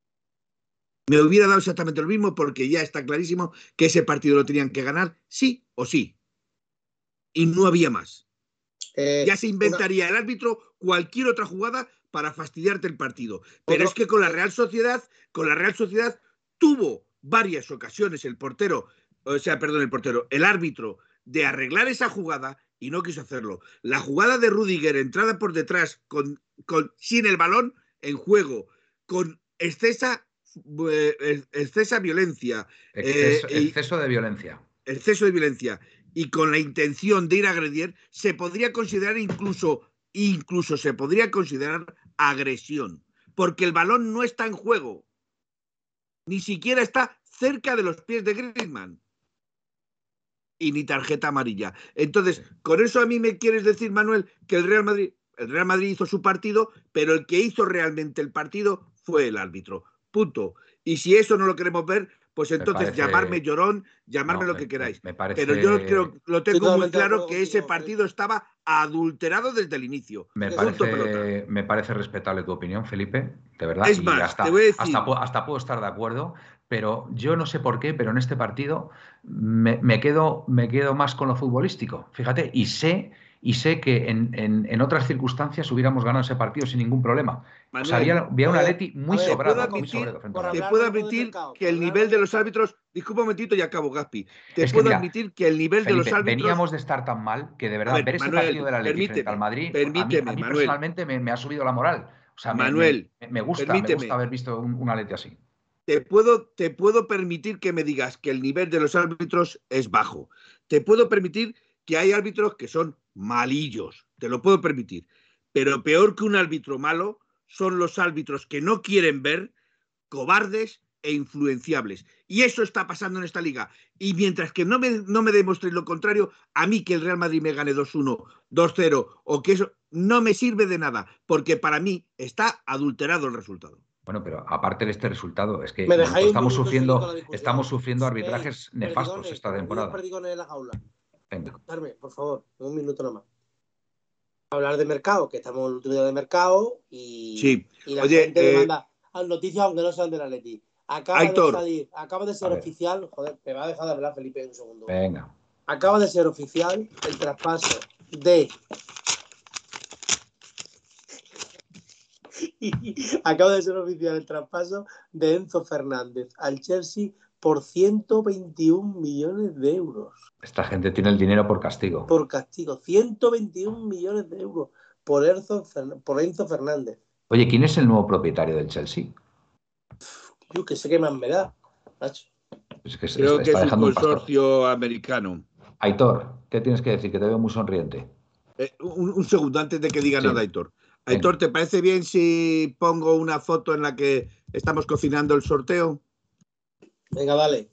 Me hubiera dado exactamente lo mismo porque ya está clarísimo que ese partido lo tenían que ganar sí o sí. Y no había más. Eh, ya se inventaría una... el árbitro cualquier otra jugada para fastidiarte el partido. Pero Otro... es que con la Real Sociedad, con la Real Sociedad tuvo varias ocasiones el portero, o sea, perdón, el portero, el árbitro, de arreglar esa jugada y no quiso hacerlo. La jugada de Rüdiger, entrada por detrás, con, con, sin el balón en juego, con excesa, eh, excesa violencia. Exceso, eh, exceso de violencia. Exceso de violencia. Y con la intención de ir a agredir, se podría considerar incluso, incluso se podría considerar agresión. Porque el balón no está en juego. Ni siquiera está cerca de los pies de Griezmann. Y ni tarjeta amarilla. Entonces, con eso a mí me quieres decir, Manuel, que el Real Madrid, el Real Madrid hizo su partido, pero el que hizo realmente el partido fue el árbitro. Punto. Y si eso no lo queremos ver, pues entonces parece... llamarme llorón, llamarme no, lo que me, queráis. Me parece... Pero yo creo, lo tengo muy claro que ese partido estaba adulterado desde el inicio. Me parece, me parece respetable tu opinión, Felipe, de verdad. Es más, y hasta, te voy a decir... hasta, hasta puedo estar de acuerdo, pero yo no sé por qué, pero en este partido me, me, quedo, me quedo más con lo futbolístico. Fíjate, y sé, y sé que en, en, en otras circunstancias hubiéramos ganado ese partido sin ningún problema. Manuel, o sea, había, había un Atleti muy ver, sobrado. Admitir, muy sobrado frente te puedo admitir que el nivel de los árbitros... Disculpa un momentito y acabo, Gaspi. Te es puedo que mira, admitir que el nivel Felipe, de los árbitros... veníamos de estar tan mal que de verdad ver, ver ese Manuel, partido del Atleti frente al Madrid, permíteme, a mí, a mí Manuel, personalmente me, me ha subido la moral. O sea, Manuel, me, me, me, gusta, me gusta haber visto un, un Atleti así. Te puedo, te puedo permitir que me digas que el nivel de los árbitros es bajo. Te puedo permitir que hay árbitros que son malillos. Te lo puedo permitir. Pero peor que un árbitro malo son los árbitros que no quieren ver, cobardes e influenciables. Y eso está pasando en esta liga. Y mientras que no me, no me demostréis lo contrario, a mí que el Real Madrid me gane dos uno, dos cero o que eso no me sirve de nada, porque para mí está adulterado el resultado. Bueno, pero aparte de este resultado, es que estamos sufriendo, estamos sufriendo arbitrajes eh, nefastos perdigones, esta temporada. Perdigones en la jaula. Venga. Darme, por favor, un minuto nomás. Hablar de mercado, que estamos en el último día de mercado y, sí. y la Oye, gente eh, me manda noticias aunque no sean de la Atleti. Acaba Aitor. de salir, acaba de ser oficial, joder, te va a dejar de hablar, Felipe, un segundo. Venga. Acaba de ser oficial el traspaso de acaba de ser oficial el traspaso de Enzo Fernández al Chelsea por ciento veintiún millones de euros. Esta gente tiene el dinero por castigo. Por castigo, ciento veintiún millones de euros por Enzo, por Enzo Fernández. Oye, ¿quién es el nuevo propietario del Chelsea? Yo que sé qué más me da, Nacho. Es que Creo está, que está es un consorcio un americano. Aitor, ¿qué tienes que decir? Que te veo muy sonriente. Eh, un, un segundo antes de que diga sí. nada, Aitor. Aitor, ¿te parece bien si pongo una foto en la que estamos cocinando el sorteo? Venga, vale.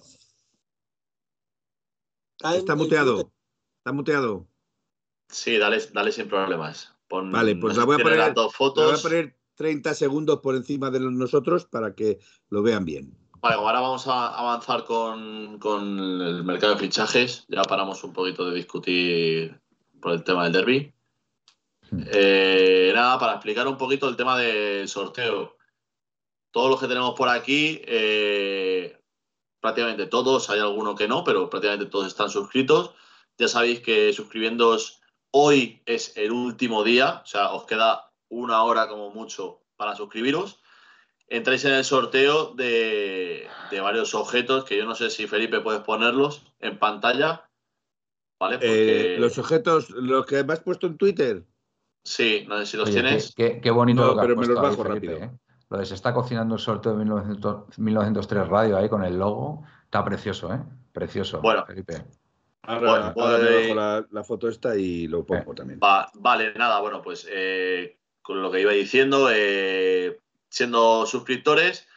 Está muteado. Está muteado. Sí, dale, dale sin problemas. Pon, vale, pues no la, voy a poner, las dos fotos. la voy a poner treinta segundos por encima de nosotros para que lo vean bien. Vale, ahora vamos a avanzar con, con el mercado de fichajes. Ya paramos un poquito de discutir por el tema del derbi. Eh, nada, para explicar un poquito el tema del sorteo. Todos los que tenemos por aquí, eh, prácticamente todos, hay alguno que no, pero prácticamente todos están suscritos. Ya sabéis que suscribiéndoos hoy es el último día, o sea, os queda una hora como mucho para suscribiros. entráis en el sorteo de, de varios objetos que yo no sé si Felipe puedes ponerlos en pantalla. ¿Vale? Porque... Eh, los objetos, los que me has puesto en Twitter. Sí, no sé si los Oye, tienes. Qué, qué, qué bonito No, lo que has pero me puesto los ahí, bajo Felipe, rápido. ¿eh? Lo de se está cocinando el sorteo de mil novecientos, mil novecientos tres Radio ahí con el logo. Está precioso, ¿eh? Precioso, Bueno, Felipe. Ahora, pues, ahora me bajo la, la foto esta y lo pongo Eh. también. Va, vale, nada, bueno, pues eh, con lo que iba diciendo, eh, siendo suscriptores,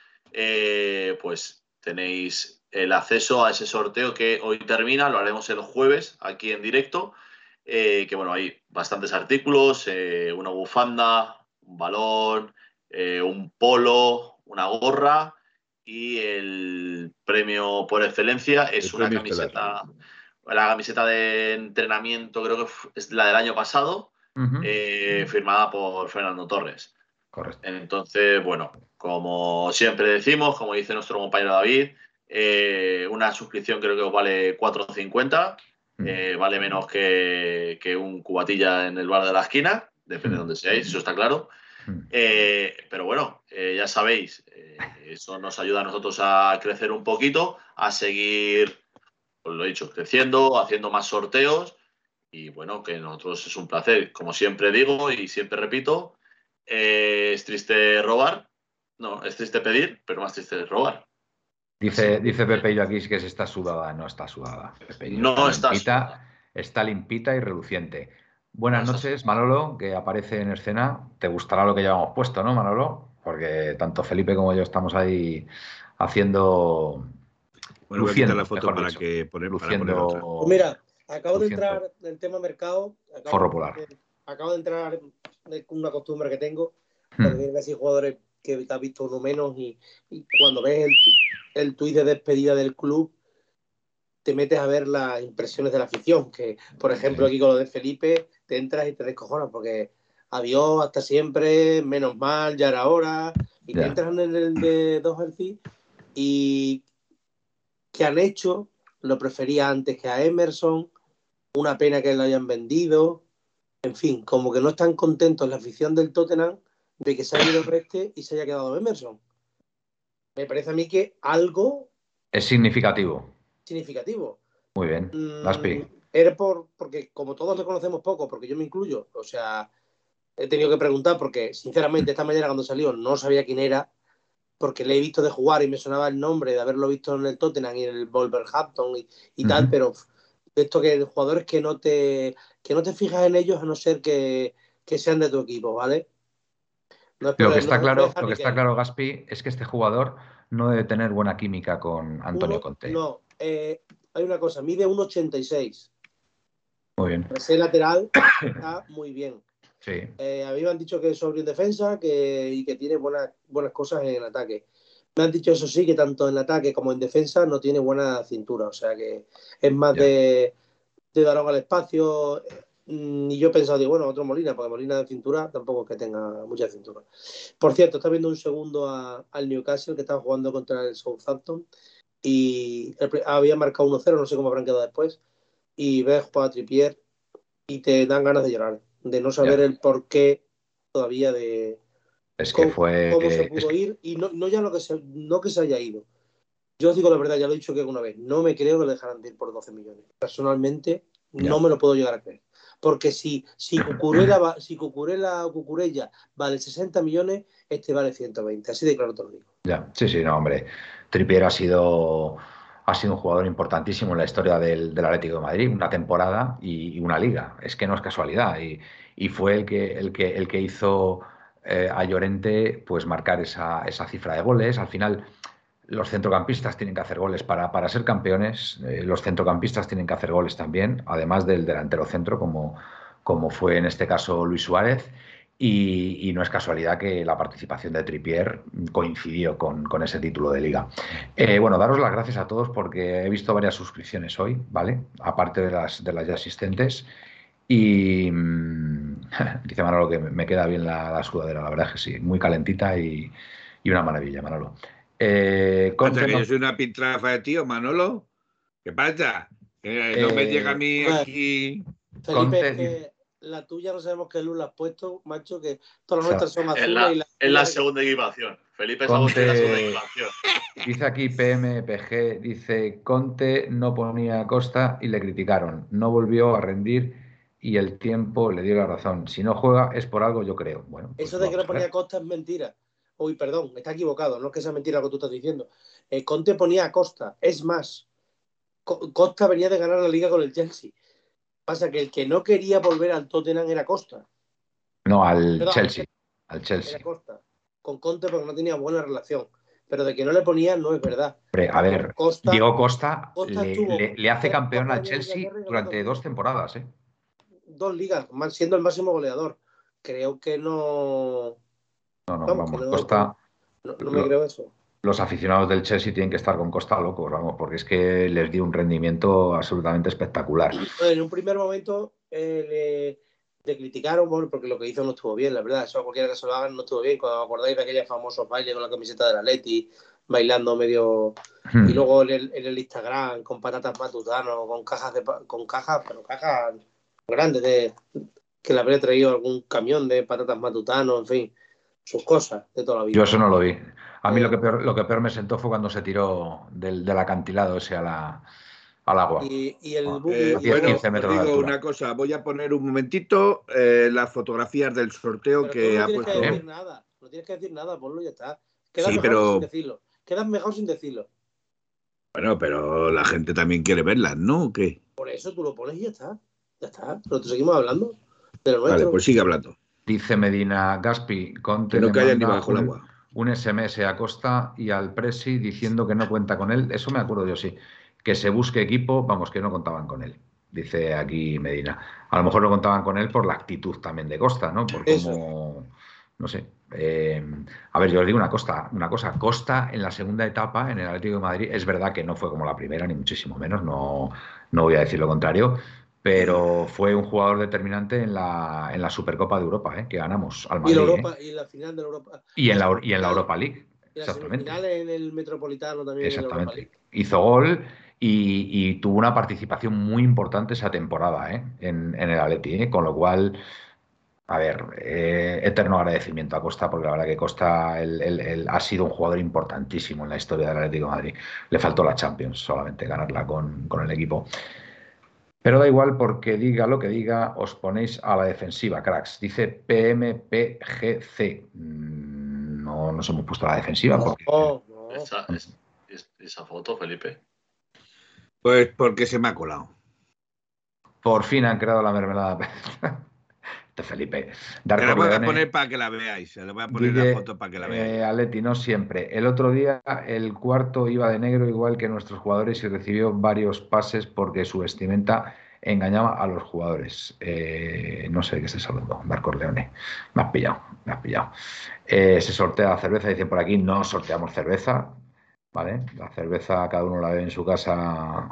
eh, pues tenéis el acceso a ese sorteo que hoy termina, lo haremos el jueves aquí en directo, eh, que bueno, hay bastantes artículos, eh, una bufanda, un balón, eh, un polo, una gorra y el premio por excelencia es El una premio estelar. camiseta, la camiseta de entrenamiento, creo que es la del año pasado, Uh-huh. eh, firmada por Fernando Torres. Correcto. Entonces, bueno, como siempre decimos, como dice nuestro compañero David, eh, una suscripción creo que os vale cuatro cincuenta, eh, vale menos que, que un cubatilla en el bar de la esquina, depende de donde seáis, eso está claro. Eh, pero bueno, eh, ya sabéis, eh, eso nos ayuda a nosotros a crecer un poquito, a seguir, pues lo he dicho, creciendo, haciendo más sorteos. Y bueno, que nosotros es un placer, como siempre digo y siempre repito, eh, es triste robar, no, es triste pedir, pero más triste es robar. Dice, dice Pepeillo aquí que se está sudada, no está sudada. Pepeillo. No Está está limpita, sudada. está limpita y reluciente. Buenas No noches, Manolo, que aparece en escena. Te gustará lo que llevamos puesto, ¿no, Manolo? Porque tanto Felipe como yo estamos ahí haciendo... Bueno, voy a quitar la foto mejor para, dicho, que poner, para luciendo, poner otra. Pues mira, acabo de luciendo entrar en el tema mercado. Acabo, forro polar. de, acabo de entrar de una costumbre que tengo, Hmm. porque vienen así jugadores que te has visto uno menos y, y cuando ves el, el tuit de despedida del club, te metes a ver las impresiones de la afición, que por ejemplo Sí. aquí con lo de Felipe, te entras y te descojonas, porque adiós, hasta siempre, menos mal, ya era hora, y Ya. te entras en el de Doherty y que han hecho, lo prefería antes que a Emerson, una pena que lo hayan vendido, en fin, como que no están contentos la afición del Tottenham de que se haya ido Reste y se haya quedado Emerson. Me parece a mí que algo Es significativo. significativo. Muy bien. Gaspi. Mm, era por, porque como todos le conocemos poco, porque yo me incluyo, o sea, he tenido que preguntar porque sinceramente esta mañana cuando salió no sabía quién era, porque le he visto de jugar y me sonaba el nombre de haberlo visto en el Tottenham y en el Wolverhampton y, y Uh-huh. tal, pero esto que jugadores que no te que no te fijas en ellos a no ser que, que sean de tu equipo, ¿vale? No es Lo por- que está no- no claro, es lo que está Harry claro, Gaspi, es que este jugador no debe tener buena química con Antonio Uno, Conte. no, eh, hay una cosa, mide uno ochenta y seis. Muy bien. Ese lateral está muy bien. Sí. Eh, a mí me han dicho que es sobre en defensa que, y que tiene buenas, buenas cosas en ataque. Me han dicho eso sí, que tanto en ataque como en defensa no tiene buena cintura. O sea que es más Ya. de, de dar al espacio. Y yo he pensado, digo, bueno, otro Molina, porque Molina de cintura tampoco es que tenga mucha cintura. Por cierto, está viendo un segundo a, al Newcastle que estaba jugando contra el Southampton y el, había marcado uno cero, no sé cómo habrán quedado después. Y ves jugar a Trippier y te dan ganas de llorar, de no saber Ya. el porqué todavía de Es que cómo, fue. cómo se es pudo que- ir y no, no ya lo que se, no que se haya ido. Yo os digo la verdad, ya lo he dicho que alguna vez, no me creo que le dejaran de ir por doce millones. Personalmente, Ya. no me lo puedo llegar a creer. Porque si, si Cucurella va, si Cucurella o Cucurella vale sesenta millones, este vale ciento veinte. Así de claro te lo digo. Ya. Sí, sí, no, hombre. Trippier ha sido, ha sido un jugador importantísimo en la historia del, del Atlético de Madrid, una temporada y, y una liga. Es que no es casualidad. Y, y fue el que, el que, el que hizo eh, a Llorente pues marcar esa, esa cifra de goles. Al final. Los centrocampistas tienen que hacer goles para, para ser campeones. Eh, los centrocampistas tienen que hacer goles también, además del delantero centro, como, como fue en este caso Luis Suárez. Y, y no es casualidad que la participación de Trippier coincidió con, con ese título de liga. Eh, bueno, daros las gracias a todos porque he visto varias suscripciones hoy, ¿vale? Aparte de las, de las ya asistentes. Y mmm, dice Manolo que me queda bien la, la sudadera, la verdad es que sí, muy calentita y, y una maravilla, Manolo. Eh, Pasa que Conte, yo soy una pintrafa de tío, Manolo. ¿Qué pasa? Eh, no Eh, me llega a mí Hombre, aquí. Felipe, Conte es que La tuya no sabemos qué luz la has puesto, macho, que todas las O sea, nuestras son Es azules la, y la, es la segunda equipación. Felipe Sabote es la segunda Conte, equipación. dice aquí P M P G, dice Conte no ponía a Costa y le criticaron. No volvió a rendir y el tiempo le dio la razón. Si no juega es por algo, yo creo. Bueno, pues Eso de que vamos no a ponía ver. a Costa es mentira. Uy, perdón, está equivocado, no es que sea mentira lo que tú estás diciendo. Eh, Conte ponía a Costa, es más, Co- Costa venía de ganar la liga con el Chelsea. Pasa que el que no quería volver al Tottenham era Costa. No, al Perdón, Chelsea. Al era Chelsea. Costa. Con Conte porque no tenía buena relación. Pero de que no le ponía no es verdad. Hombre, a Porque ver, Costa, Diego Costa Costa le, estuvo le- le hace tres campeón al años en Chelsea Inglaterra y ganó dos durante dos ligas. temporadas, ¿eh? Dos ligas, más siendo el máximo goleador. Creo que no. No, no, Vamos, que vamos, no, Costa, no, no me lo- creo eso. los aficionados del Chelsea tienen que estar con Costa locos, vamos, porque es que les dio un rendimiento absolutamente espectacular. En un primer momento eh, le, le criticaron bueno, porque lo que hizo no estuvo bien, la verdad. Eso a cualquiera que se lo hagan no estuvo bien. Cuando os acordáis de aquellos famosos bailes con la camiseta de la Atleti, bailando medio. Hmm. Y luego en el, en el Instagram con patatas matutano, con cajas de pa- con cajas, pero cajas grandes de que le habría traído algún camión de patatas matutano, en fin, sus cosas de toda la vida. Yo eso no lo vi. A mí Eh, lo que peor, lo que peor me sentó fue cuando se tiró del, del acantilado ese a la, al agua. y, y el Bueno, Buggy Eh, a y diez, el- bueno, quince os metros de digo altura. una cosa. Voy a poner un momentito eh, las fotografías del sorteo pero tú que no ha tienes que puesto. decir ¿Eh? nada, no tienes que decir nada, ponlo y ya está. Quedas Sí, mejor sin pero decirlo. Quedas mejor sin decirlo. bueno, pero la gente también quiere verlas, ¿no? ¿O qué? Por eso tú lo pones y ya está. Ya está. Pero te seguimos hablando de lo Vale, nuestro. pues sigue hablando. Dice Medina Gaspi, Conte Que no le callan ni manda bajo el un, agua. un S M S a Costa y al Presi diciendo que no cuenta con él. Eso me acuerdo yo, sí. Que se busque equipo, vamos, que no contaban con él. Dice aquí Medina. A lo mejor no contaban con él por la actitud también de Costa, ¿no? Por Eso. cómo, no sé. Eh, a ver, yo os digo una cosa, una cosa. Costa en la segunda etapa en el Atlético de Madrid, es verdad que no fue como la primera, ni muchísimo menos, no, no voy a decir lo contrario, pero fue un jugador determinante en la, en la Supercopa de Europa, ¿eh? Que ganamos al Y Madrid, la ¿eh? Europa, y la final de la Europa. Y en la, la y en la semifinal- Europa League, y la exactamente. semifinal en el Metropolitano también en la Europa League. Exactamente. Hizo gol y, y tuvo una participación muy importante esa temporada, ¿eh? en, en el Atleti, ¿eh? Con lo cual, a ver, eh, eterno agradecimiento a Costa, porque la verdad que Costa el- el- el- ha sido un jugador importantísimo en la historia del Atlético de Madrid. Le faltó la Champions, solamente ganarla con, con el equipo. Pero da igual porque diga lo que diga, os ponéis a la defensiva, cracks. Dice P M P G C. Mm, No nos hemos puesto a la defensiva porque... No, no. Esa, es- es- esa foto, Felipe. Pues porque se me ha colado. Por fin han creado la mermelada. De Felipe. Te Darko la voy a Leone poner para que la veáis. Se le voy a poner dice, la foto para que la veáis. eh, Atleti, no siempre. El otro día el cuarto iba de negro igual que nuestros jugadores y recibió varios pases porque su vestimenta engañaba a los jugadores. Eh, no sé de qué estés hablando, Darko Leone. Me has pillado, me has pillado. Eh, se sortea la cerveza, dicen por aquí, no sorteamos cerveza. ¿Vale? La cerveza cada uno la bebe en su casa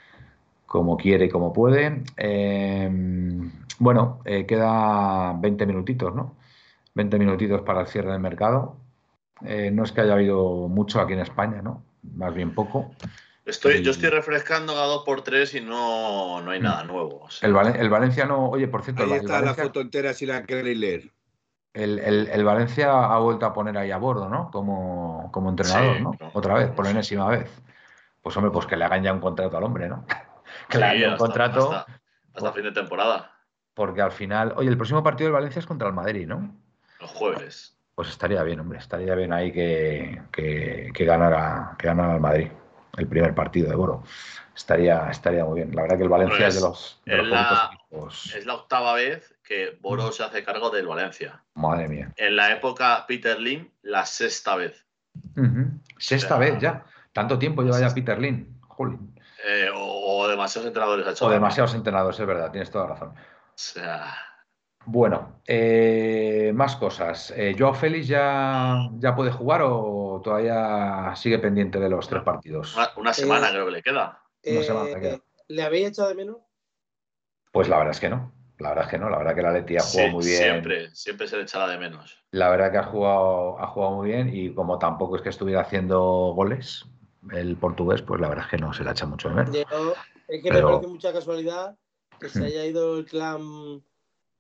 como quiere y como puede. Eh, bueno, eh, queda veinte minutitos, ¿no? veinte minutitos para el cierre del mercado. Eh, no es que haya habido mucho aquí en España, ¿no? Más bien poco. Estoy, yo estoy refrescando cada dos por tres y no, no hay Mm. nada nuevo. O sea, El, Valen- el Valencia no... Oye, por cierto, Ahí el, el está la Valencia, foto entera si la queréis leer. el, el- el Valencia ha vuelto a poner ahí a bordo, ¿no? Como, como entrenador, Sí, ¿no? claro. Otra vez, por enésima vez. Pues hombre, pues que le hagan ya un contrato al hombre, ¿no? Que le Sí, hagan ya un hasta- contrato. hasta- hasta fin de temporada, Porque al final, oye, el próximo partido del Valencia es contra el Madrid, ¿no? los jueves. Pues estaría bien, hombre, estaría bien ahí que, que, que ganara, que ganara el Madrid, el primer partido de Boro. Estaría, estaría muy bien. La verdad que el Valencia Bueno, es, es- de los, de los es la- poquitos equipos. Es la octava vez que Boro se hace cargo del Valencia. Madre mía. En la época Peter Lim, la sexta vez. Ujú. Sexta O sea, vez ya. Tanto tiempo lleva ya Peter Lin. Jolín. Eh, o, o demasiados entrenadores ha hecho. O daño. demasiados entrenadores, es verdad, tienes toda la razón. O sea, Bueno, eh, más cosas. Eh, ¿Joao Félix ya, ya puede jugar o todavía sigue pendiente de los tres partidos? una, una semana Eh, creo que le queda. Una semana Eh, te queda. ¿Le habéis echado de menos? Pues la verdad es que no. La verdad es que no. La verdad que la Leti ha jugado Sí, muy bien. Siempre, siempre se le echará de menos. La verdad que ha jugado, ha jugado muy bien y como tampoco es que estuviera haciendo goles el portugués, pues la verdad es que no se le echa mucho de menos. Yo- es que Pero- me parece mucha casualidad que se haya ido el clan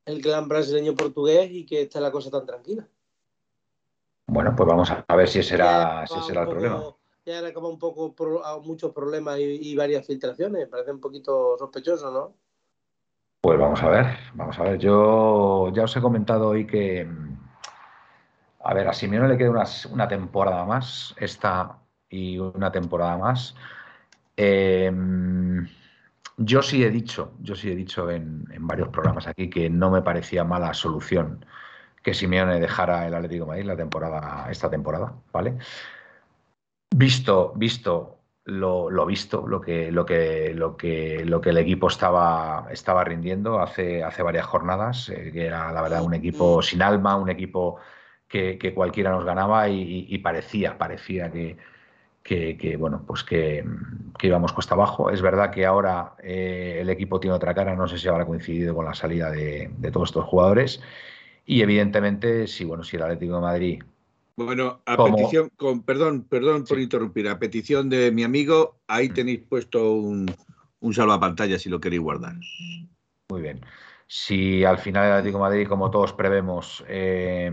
el clan brasileño portugués y que está la cosa tan tranquila. Bueno, pues vamos a ver si ese Ya era, si va ese un era el poco- problema. Ya le acaba un poco pro- a muchos problemas y, y varias filtraciones. Parece un poquito sospechoso, ¿no? Pues vamos a ver, vamos a ver. Yo ya os he comentado hoy que, mm, a ver, a Simeone le queda unas- una temporada más, esta y una temporada más. Eh, yo sí he dicho, yo sí he dicho en, en varios programas aquí que no me parecía mala solución que Simeone dejara el Atlético de Madrid la temporada, esta temporada, ¿vale? Visto, visto lo, lo visto, lo que, lo que, lo que, lo que el equipo estaba, estaba rindiendo hace, hace varias jornadas, eh, que era la verdad un equipo Mm. sin alma, un equipo que, que cualquiera nos ganaba y, y- y parecía, parecía que, que, que, bueno, pues que, que íbamos cuesta abajo. Es verdad que ahora eh, el equipo tiene otra cara, no sé si habrá coincidido con la salida de, de todos estos jugadores. Y evidentemente, si, bueno, si el Atlético de Madrid, Bueno, a como petición, con, perdón, perdón por Sí. interrumpir, a petición de mi amigo, ahí Mm. tenéis puesto un, un salvapantallas si lo queréis guardar. Muy bien. Si al final el Atlético de Madrid, como todos prevemos, eh,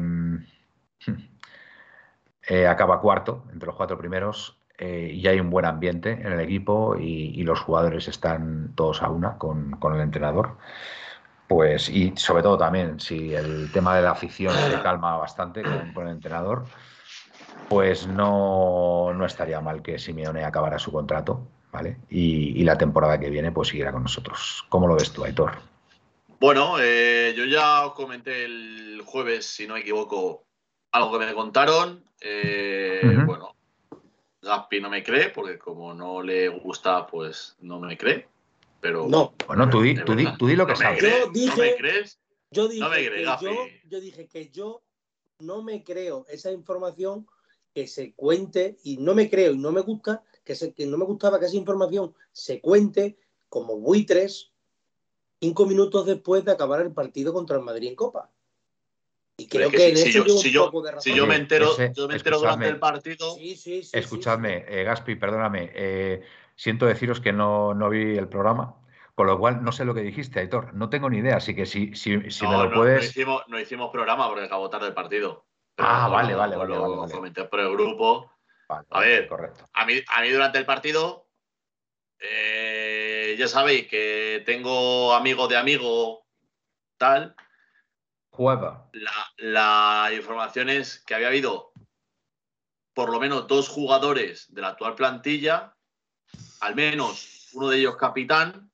eh, acaba cuarto entre los cuatro primeros eh, y hay un buen ambiente en el equipo y, y los jugadores están todos a una con, con el entrenador, pues y sobre todo también si el tema de la afición se calma bastante con, con el entrenador, pues no, no estaría mal que Simeone acabara su contrato, ¿vale? Y, y la temporada que viene pues seguirá con nosotros. ¿Cómo lo ves tú, Aitor? Bueno, eh, yo ya os comenté el jueves, si no me equivoco, algo que me contaron. Eh, Ujú. Bueno, Gaspi no me cree, porque como no le gusta, pues no me cree. Pero No. Bueno, tú di, de tú di, verdad, tú di lo que no me sabes. crees, Yo ¿no dije- me crees? Yo No dije me cree, que Gaspi. yo, yo dije que yo no me creo esa información que se cuente y no me creo y no me gusta que, se, que no me gustaba que esa información se cuente como buitres cinco minutos después de acabar el partido contra el Madrid en Copa. Y Pero creo es que que si, en si eso yo, llevo si un yo, poco de razón. si yo me Oye, entero, ese- yo me entero durante escuchadme. el partido. Sí, sí, sí. Escuchadme, sí, eh, Gaspi, perdóname. eh, siento deciros que no, no vi el programa, con lo cual no sé lo que dijiste, Aitor. No tengo ni idea, así que si, si, si me No, lo no, puedes. no hicimos, no hicimos programa porque acabó tarde el partido. Pero Ah, os vale, lo, vale, os vale, lo vale, vale. comenté por el grupo. Vale, A vale, ver, correcto. a mí, a mí durante el partido, eh, ya sabéis que tengo amigo de amigo, tal. Juega. La, la información es que había habido por lo menos dos jugadores de la actual plantilla, al menos uno de ellos capitán,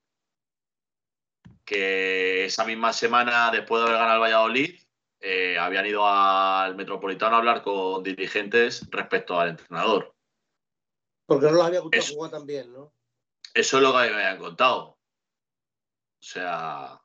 que esa misma semana, después de haber ganado el Valladolid, eh, habían ido al Metropolitano a hablar con dirigentes respecto al entrenador. Porque no los había gustado Eso, jugar tan bien, ¿no? eso es lo que me habían contado. O sea,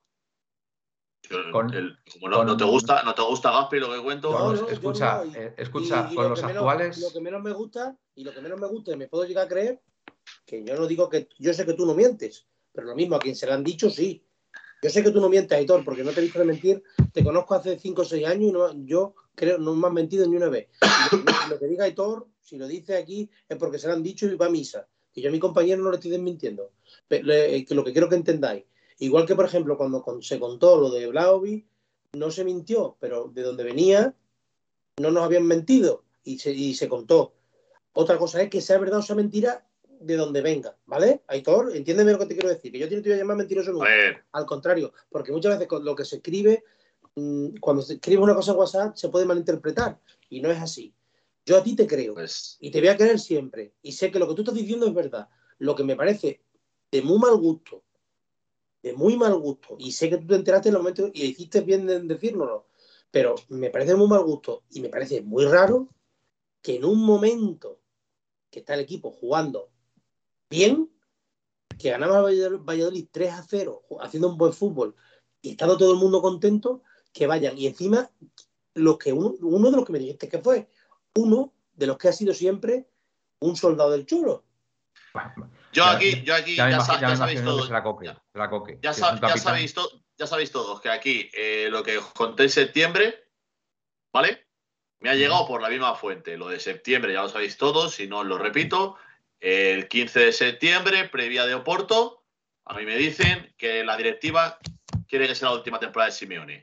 yo, Con- el, como no, con- no te gusta, no te gusta Gaspi lo que cuento. Con No, los- no, yo escucha, no. Y, eh, escucha, y- y con lo los que menos, actuales. lo que menos me gusta, y lo que menos me gusta, y me puedo llegar a creer, que yo no digo que. Yo sé que tú no mientes, pero lo mismo a quien se lo han dicho, sí. Yo sé que tú no mientes, Aitor, porque no te he visto de mentir. Te conozco hace cinco o seis años y no, yo creo no me has mentido ni una vez. Y lo, que- lo que diga Aitor, si lo dice aquí, es porque se lo han dicho y va a misa. Y yo a mi compañero no le estoy desmintiendo. Pero, le- que lo que quiero que entendáis. Igual que, por ejemplo, cuando con- se contó lo de Vlahovic, no se mintió, pero de donde venía no nos habían mentido y se, y se contó. Otra cosa es que sea verdad o sea mentira de donde venga, ¿vale? Aitor, entiéndeme lo que te quiero decir, que yo no te voy a llamar mentiroso A nunca. ver, Al contrario, porque muchas veces con lo que se escribe, mmm, cuando se escribe una cosa en WhatsApp, se puede malinterpretar y no es así. Yo a ti te creo pues y te voy a creer siempre y sé que lo que tú estás diciendo es verdad. Lo que me parece de muy mal gusto, de muy mal gusto, y sé que tú te enteraste en el momento y hiciste bien en decírnoslo, pero me parece de muy mal gusto y me parece muy raro que en un momento que está el equipo jugando bien, que ganaba Valladolid tres a cero, haciendo un buen fútbol y estando todo el mundo contento, que vayan. Y encima, los que uno, uno de los que me dijiste que fue uno de los que ha sido siempre un soldado del Cholo. yo Ya- aquí, yo aquí Ya me ya, imagino, sa- ya me ya sabéis imagino que todo. será Coque. Ya, será Coque, ya, que sa- es un ya capitán. sabéis to- ya sabéis todos que aquí eh, lo que os conté en septiembre, ¿vale? Me ha llegado por la misma fuente. Lo de septiembre ya lo sabéis todos, si no os lo repito. El quince de septiembre, previa de Oporto, a mí me dicen que la directiva quiere que sea la última temporada de Simeone.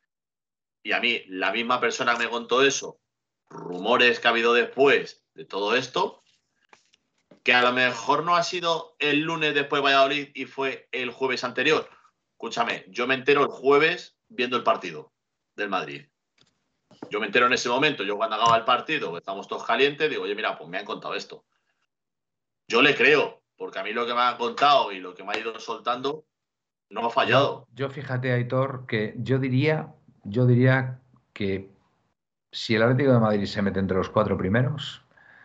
Y a mí, la misma persona que me contó eso, rumores que ha habido después de todo esto, que a lo mejor no ha sido el lunes después de Valladolid y fue el jueves anterior. Escúchame, yo me entero el jueves viendo el partido del Madrid. Yo me entero en ese momento, yo cuando acaba el partido, que estamos todos calientes, digo, oye, mira, pues me han contado esto. Yo le creo, porque a mí lo que me han contado y lo que me ha ido soltando no ha fallado. Yo, yo fíjate, Aitor, que yo diría, yo diría que si el Atlético de Madrid se mete entre los cuatro primeros,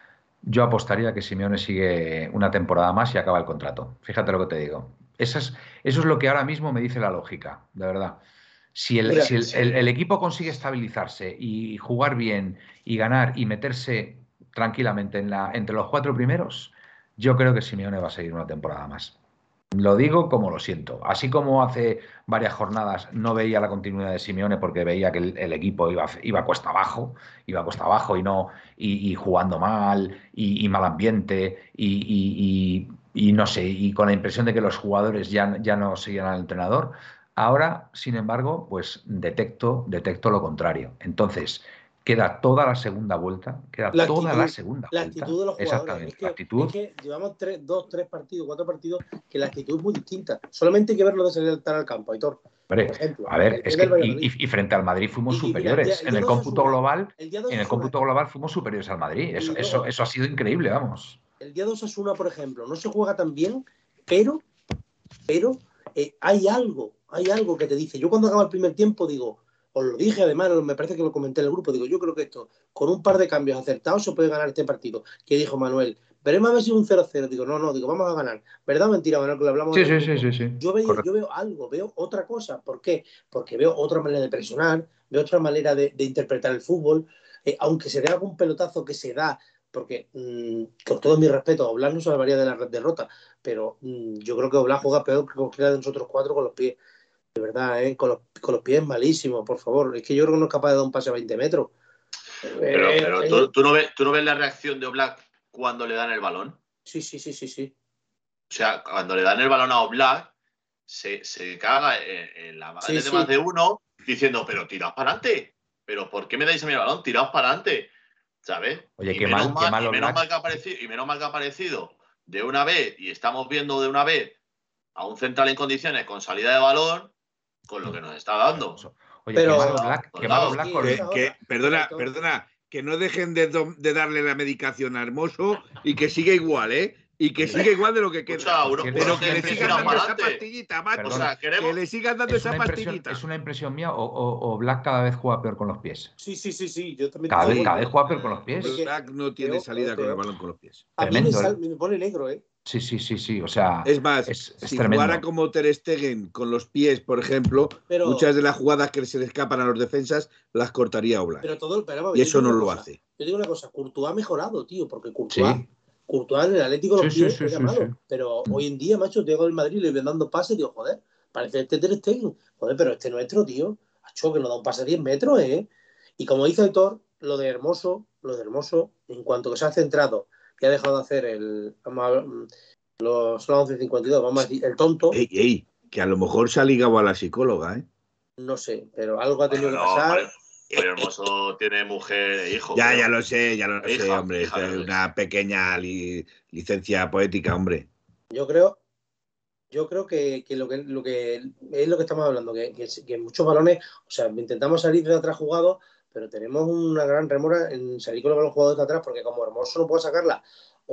yo apostaría que Simeone sigue una temporada más y acaba el contrato. Fíjate lo que te digo. Eso es, eso es lo que ahora mismo me dice la lógica, de verdad. Si el, Mira, si el, sí. el, el equipo consigue estabilizarse y jugar bien y ganar y meterse tranquilamente en la, entre los cuatro primeros, yo creo que Simeone va a seguir una temporada más. Lo digo como lo siento. Así como hace varias jornadas no veía la continuidad de Simeone porque veía que el, el equipo iba, iba cuesta abajo, iba cuesta abajo y no y, y jugando mal y, y mal ambiente y, y, y, y no sé, y con la impresión de que los jugadores ya, ya no seguían al entrenador. Ahora, sin embargo, pues detecto, detecto lo contrario. Entonces, queda toda la segunda vuelta, queda La toda actitud, la segunda la vuelta. actitud de los jugadores. Exactamente, Es que, la actitud. es que llevamos tres, dos, tres partidos, cuatro partidos, que la actitud es muy distinta. Solamente hay que verlo de salir al campo, Aitor. Hombre, Por ejemplo, a ver, el es día que del y, Valladolid. y- y frente al Madrid fuimos Y- y mira, superiores. el día- el En día el de cómputo Osasuna- global, el día de en el Osasuna- cómputo global fuimos superiores al Madrid. Eso, Y eso, luego- eso ha sido increíble, vamos. El día de Osasuna, por ejemplo, no se juega tan bien, pero, pero eh, hay algo, hay algo que te dice. Yo cuando acaba el primer tiempo digo, os lo dije además, me parece que lo comenté en el grupo, digo, yo creo que esto, con un par de cambios acertados se puede ganar este partido. Que dijo Manuel, veremos a ver si es un cero cero. Digo, no, no, digo, vamos a ganar. ¿Verdad o mentira, Manuel? Que lo hablamos Sí, en el sí, sí, grupo. sí, sí. Yo veo, Correcto. yo veo algo, veo otra cosa. ¿Por qué? Porque veo otra manera de presionar, veo otra manera de, de interpretar el fútbol. Eh, aunque se dé algún pelotazo que se da, porque mmm, con todo mi respeto, Oblak no salvaría de la derrota, pero mmm, yo creo que Oblak juega peor que cualquiera de nosotros cuatro con los pies. De verdad, ¿eh? Con los, con los pies malísimos, por favor. Es que yo creo que no es capaz de dar un pase a veinte metros. Pero, Eh, pero eh, ¿tú, tú no ves, ¿tú no ves la reacción de Oblak cuando le dan el balón? Sí, sí, sí, sí, sí. O sea, cuando le dan el balón a Oblak, se, se caga en, en la madre Sí, de sí. más de uno diciendo, pero tiraos para adelante. ¿Pero por qué me dais a mi balón? Tiraos para adelante. ¿Sabes? Oye, y qué menos mal, qué mal y menos Oblak. mal que ha aparecido, y menos mal que ha aparecido de una vez, y estamos viendo de una vez a un central en condiciones con salida de balón, con lo que nos está dando. Oye, Pero- qué mal Oblak, qué mal Soldado. Oblak Sí, con- esa Que, es que- otra. perdona, Aitor. perdona, que no dejen de, do- de darle la medicación a Hermoso y que siga igual, ¿eh? Y que siga igual de lo que Escucha, queda. uno, Pero Pero uno que que le dice sigan tira dando para esa adelante. pastillita, macho. O sea, queremos. Que le sigan dando es esa una, impresión, pastillita. es una impresión mía o, o, o Black cada vez juega peor con los pies. Sí, sí, sí, sí. Yo también Cada te vez, digo, cada vez juega peor con los pies. Hombre, Black no tiene peor, salida con el peor. balón con los pies. A mí me, Tremendo, sal- ¿eh? me pone negro, ¿eh? Sí, sí, sí, sí. O sea, Es más, es, es si tremendo. jugara como Ter Stegen con los pies, por ejemplo, Pero- muchas de las jugadas que se le escapan a los defensas las cortaría Oblak. Pero todo, pero, vamos, Y yo eso digo no una lo cosa, hace. Yo digo una cosa, Courtois ha mejorado, tío, porque Courtois, Sí. Courtois en el Atlético Sí, los sí, pies sí, era sí, malo, sí. pero hoy en día, macho, tengo el Madrid, le voy dando pases y digo, joder, parece este Ter Stegen, joder, pero este nuestro, tío, macho, que nos da un pase a diez metros, ¿eh? Y como dice Aitor, lo de Hermoso, lo de Hermoso, en cuanto que se ha centrado y ha dejado de hacer el, vamos a ver, los, son las once cincuenta y dos, vamos a decir, el tonto, Ey, ey, que a lo mejor se ha ligado a la psicóloga, ¿eh? no sé, pero algo ha tenido Bueno, que no, pasar. Mario, Mario Hermoso tiene mujer e hijo. Ya, creo. ya lo sé, ya lo Hija, sé, hombre. hija, Es creo que una pequeña li- licencia poética, hombre. Yo creo, yo creo que, que, lo que lo que es lo que estamos hablando, que, que, que muchos balones, o sea, intentamos salir de atrás jugados, pero tenemos una gran remora en salir con los balones jugados de atrás, porque como Hermoso no puede sacarla,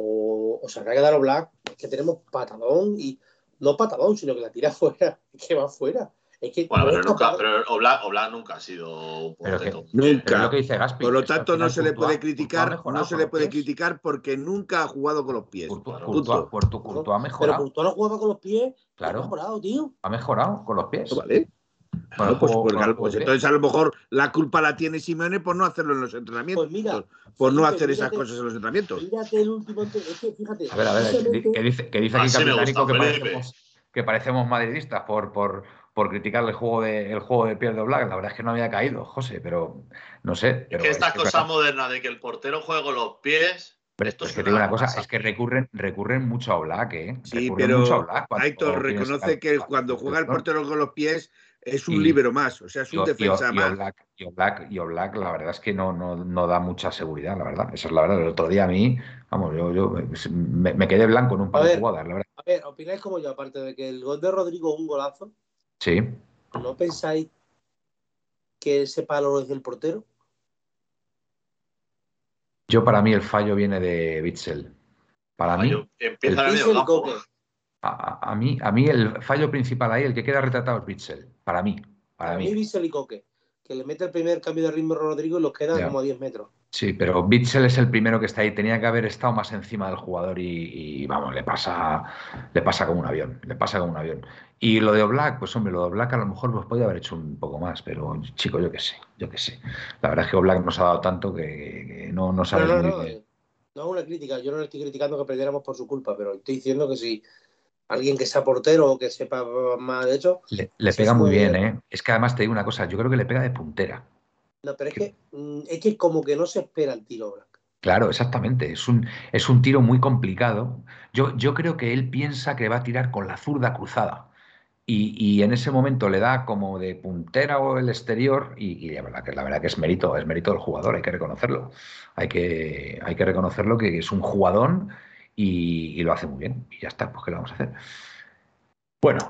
o, o sacar que dar Oblak, es que tenemos patadón, y no patadón, sino que la tira fuera, es que va fuera. Es que Bueno, no pero es nunca, capaz. pero Oblak, Oblak nunca ha sido un Pero que- portento. Pero es Nunca. lo que dice Gaspi. Por lo es que al tanto, no final se le Courtois- puede Courtois ha criticar, mejorado no se con le los puede pies. criticar porque nunca ha jugado con los pies. Courtois, Claro. Courtois, Punto. Courtois, Courtois ha Pero mejorado. Courtois no jugaba con los pies, Claro. ha mejorado, tío. Ha mejorado con los pies. ¿Vale? Con el Bueno, pues, juego- pues, con el pues juego de entonces pies. a lo mejor la culpa la tiene Simeone por no hacerlo en los entrenamientos. Pues mira, por no Felipe, hacer esas mírate- cosas en los entrenamientos. Mírate el último, es que fíjate, A ver, a ver, precisamente- que dice, que dice aquí Así me Capitánico gusta, que Felipe. parecemos, que parecemos madridistas por, por, por criticar el juego de el juego de pies de Oblak. La verdad es que no había caído, José, pero no sé. Es Pero que estas es que es cosas verdad. modernas de que el portero juega con los pies. Pero esto es es que una te digo una cosa, masa. es que recurren, recurren mucho a Oblak, ¿eh? Sí, Recurren mucho a pero Oblak cuando Aitor quieren reconoce sacar- que cuando juega el portero con los pies es un Y- líbero más, o sea, es Y, un O- y O- defensa y más. Oblak, y Oblak, y Oblak, la verdad es que no, no, no da mucha seguridad, la verdad. Esa es la verdad. El otro día a mí, vamos, yo, yo me, me quedé blanco en un A par de ver, jugadas, la verdad. a ver, opináis como yo, aparte de que el gol de Rodrigo es un golazo, Sí. ¿no pensáis que ese palo lo es del portero? Yo, para mí, el fallo viene de Bitzel. Para mí, Fallo. Empieza en el medio Bitzel y campo. Coque. a, a- a mí, a mí el fallo principal ahí, el que queda retratado es Bitzel. Para mí, para, Para mí. mí, Bitzel y Coque. Que le mete el primer cambio de ritmo a Rodrigo y los queda Ya. como a diez metros. Sí, pero Bitzel es el primero que está ahí. Tenía que haber estado más encima del jugador y, y, vamos, le pasa, le pasa como un avión. Le pasa como un avión. Y lo de Oblak, pues hombre, lo de Oblak a lo mejor pues podía haber hecho un poco más, pero chico, yo qué sé, yo qué sé. La verdad es que Oblak nos ha dado tanto que, que no, no No, sabes no, muy no. bien. eh, No es una crítica. Yo no le estoy criticando que perdiéramos por su culpa, pero estoy diciendo que si alguien que sea portero o que sepa más de hecho, Le, le se pega muy sube- bien, ¿eh? Es que además te digo una cosa, yo creo que le pega de puntera. No, pero es que, mm, es que como que no se espera el tiro, Black. Claro, exactamente. Es un, es un tiro muy complicado. Yo, yo creo que él piensa que va a tirar con la zurda cruzada. Y, y en ese momento le da como de puntera o el exterior y, y la verdad que la verdad que es mérito, es mérito del jugador, hay que reconocerlo. Hay que, hay que reconocerlo que es un jugadón y, y lo hace muy bien. Y ya está, pues ¿qué le vamos a hacer? Bueno,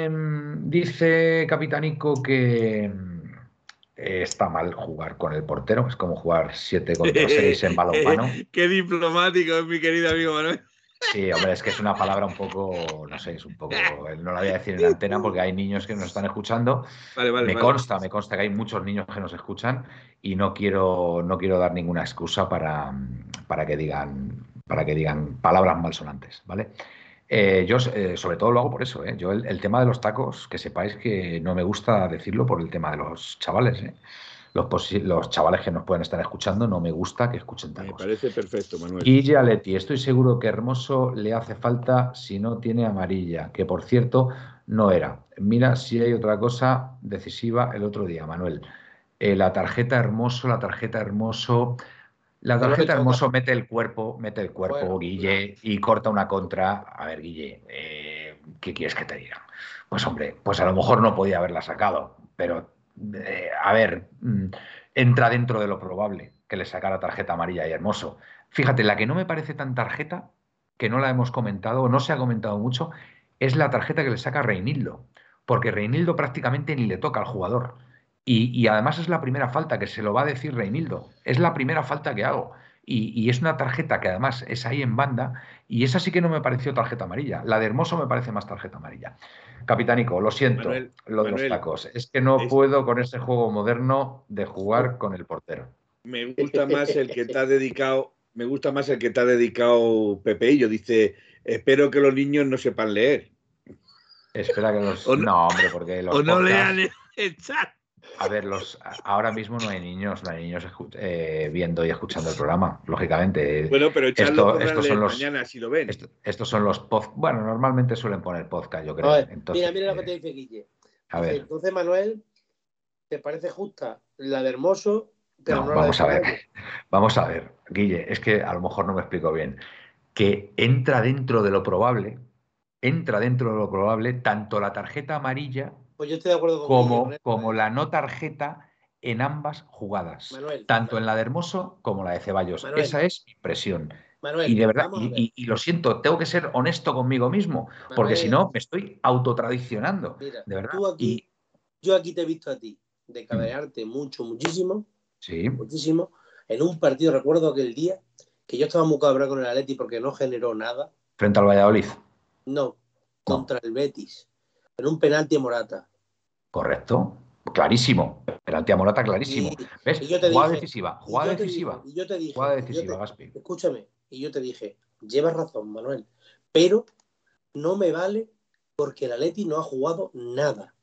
em, dice Capitanico que em, eh, está mal jugar con el portero, es como jugar siete contra seis en balonmano. Qué diplomático es mi querido amigo Manuel. Sí, hombre, es que es una palabra un poco, no sé, es un poco, no la voy a decir en antena porque hay niños que nos están escuchando. Vale, vale, Me vale. consta, me consta que hay muchos niños que nos escuchan y no quiero, no quiero dar ninguna excusa para, para que digan, para que digan palabras malsonantes, ¿vale? Eh, yo, eh, sobre todo, lo hago por eso, ¿eh? Yo, el, el tema de los tacos, que sepáis que no me gusta decirlo por el tema de los chavales, ¿eh? Los, posi- los chavales que nos pueden estar escuchando, no me gusta que escuchen Me tacos. parece perfecto, Manuel. Y Gialetti, estoy seguro que Hermoso le hace falta si no tiene amarilla, que por cierto no era. Mira si hay otra cosa decisiva el otro día, Manuel. Eh, la tarjeta Hermoso, la tarjeta Hermoso, la Manuel, tarjeta toca. Hermoso mete el cuerpo, mete el cuerpo, Bueno, Guille, y corta una contra. A ver, Guille, eh, ¿qué quieres que te diga? Pues hombre, pues a lo mejor no podía haberla sacado, pero eh, a ver, mm, entra dentro de lo probable que le sacara tarjeta amarilla y Hermoso. Fíjate, la que no me parece tan tarjeta, que no la hemos comentado, o no se ha comentado mucho, es la tarjeta que le saca Reinildo, porque Reinildo prácticamente ni le toca al jugador. Y, y además es la primera falta que se lo va a decir Reinildo. Es la primera falta que hago. Y, y es una tarjeta que además es ahí en banda. Y esa sí que no me pareció tarjeta amarilla. La de Hermoso me parece más tarjeta amarilla. Capitanico, lo siento, Manuel, lo de Manuel, los tacos. Es que no es- puedo con ese juego moderno de jugar con el portero. Me gusta más el que te ha dedicado, me gusta más el que te ha dedicado Pepeillo. Dice, espero que los niños no sepan leer. Espera que los. O no- No, hombre, porque los O no podcasts- lean el chat. A ver, los, ahora mismo no hay niños, no hay niños escu- eh, viendo y escuchando el programa, lógicamente. Bueno, pero echarlo Esto- por estos leer son los, mañana si lo ven. Esto- estos son los pod. Bueno, normalmente suelen poner podcast, yo creo. A ver, Entonces, mira, mira lo que te eh, dice Guille. a Dice, ver, entonces, Manuel, ¿te parece justa la de Hermoso, pero no, no, la de vamos a ver. Ceballos? Vamos a ver, Guille, es que a lo mejor no me explico bien. Que entra dentro de lo probable, entra dentro de lo probable tanto la tarjeta amarilla Pues yo estoy de acuerdo con Guille. como, con eso, como ¿eh? la no tarjeta en ambas jugadas, Manuel, tanto Manuel. en la de Hermoso como la de Ceballos. Manuel. Esa es mi impresión. Manuel, Y de verdad, vamos a y, ver. y- y lo siento, tengo que ser honesto conmigo mismo, porque Manuel, si no me estoy autotradicionando, mira, de verdad. tú aquí, Y yo aquí te he visto a ti de cabrearte mucho, muchísimo, sí, muchísimo. En un partido, recuerdo aquel día, que yo estaba muy cabreado con el Atleti porque no generó nada. frente al Valladolid, No, contra el Betis. En un penalti a Morata. correcto, clarísimo, penalti a Morata clarísimo. Y, ¿Ves? y yo te Jugada dije, decisiva, y jugada yo te decisiva, dije, y yo te dije, jugada y yo decisiva, te- Gaspi. escúchame, y yo te dije, llevas razón, Manuel, pero no me vale porque el Atleti no ha jugado nada.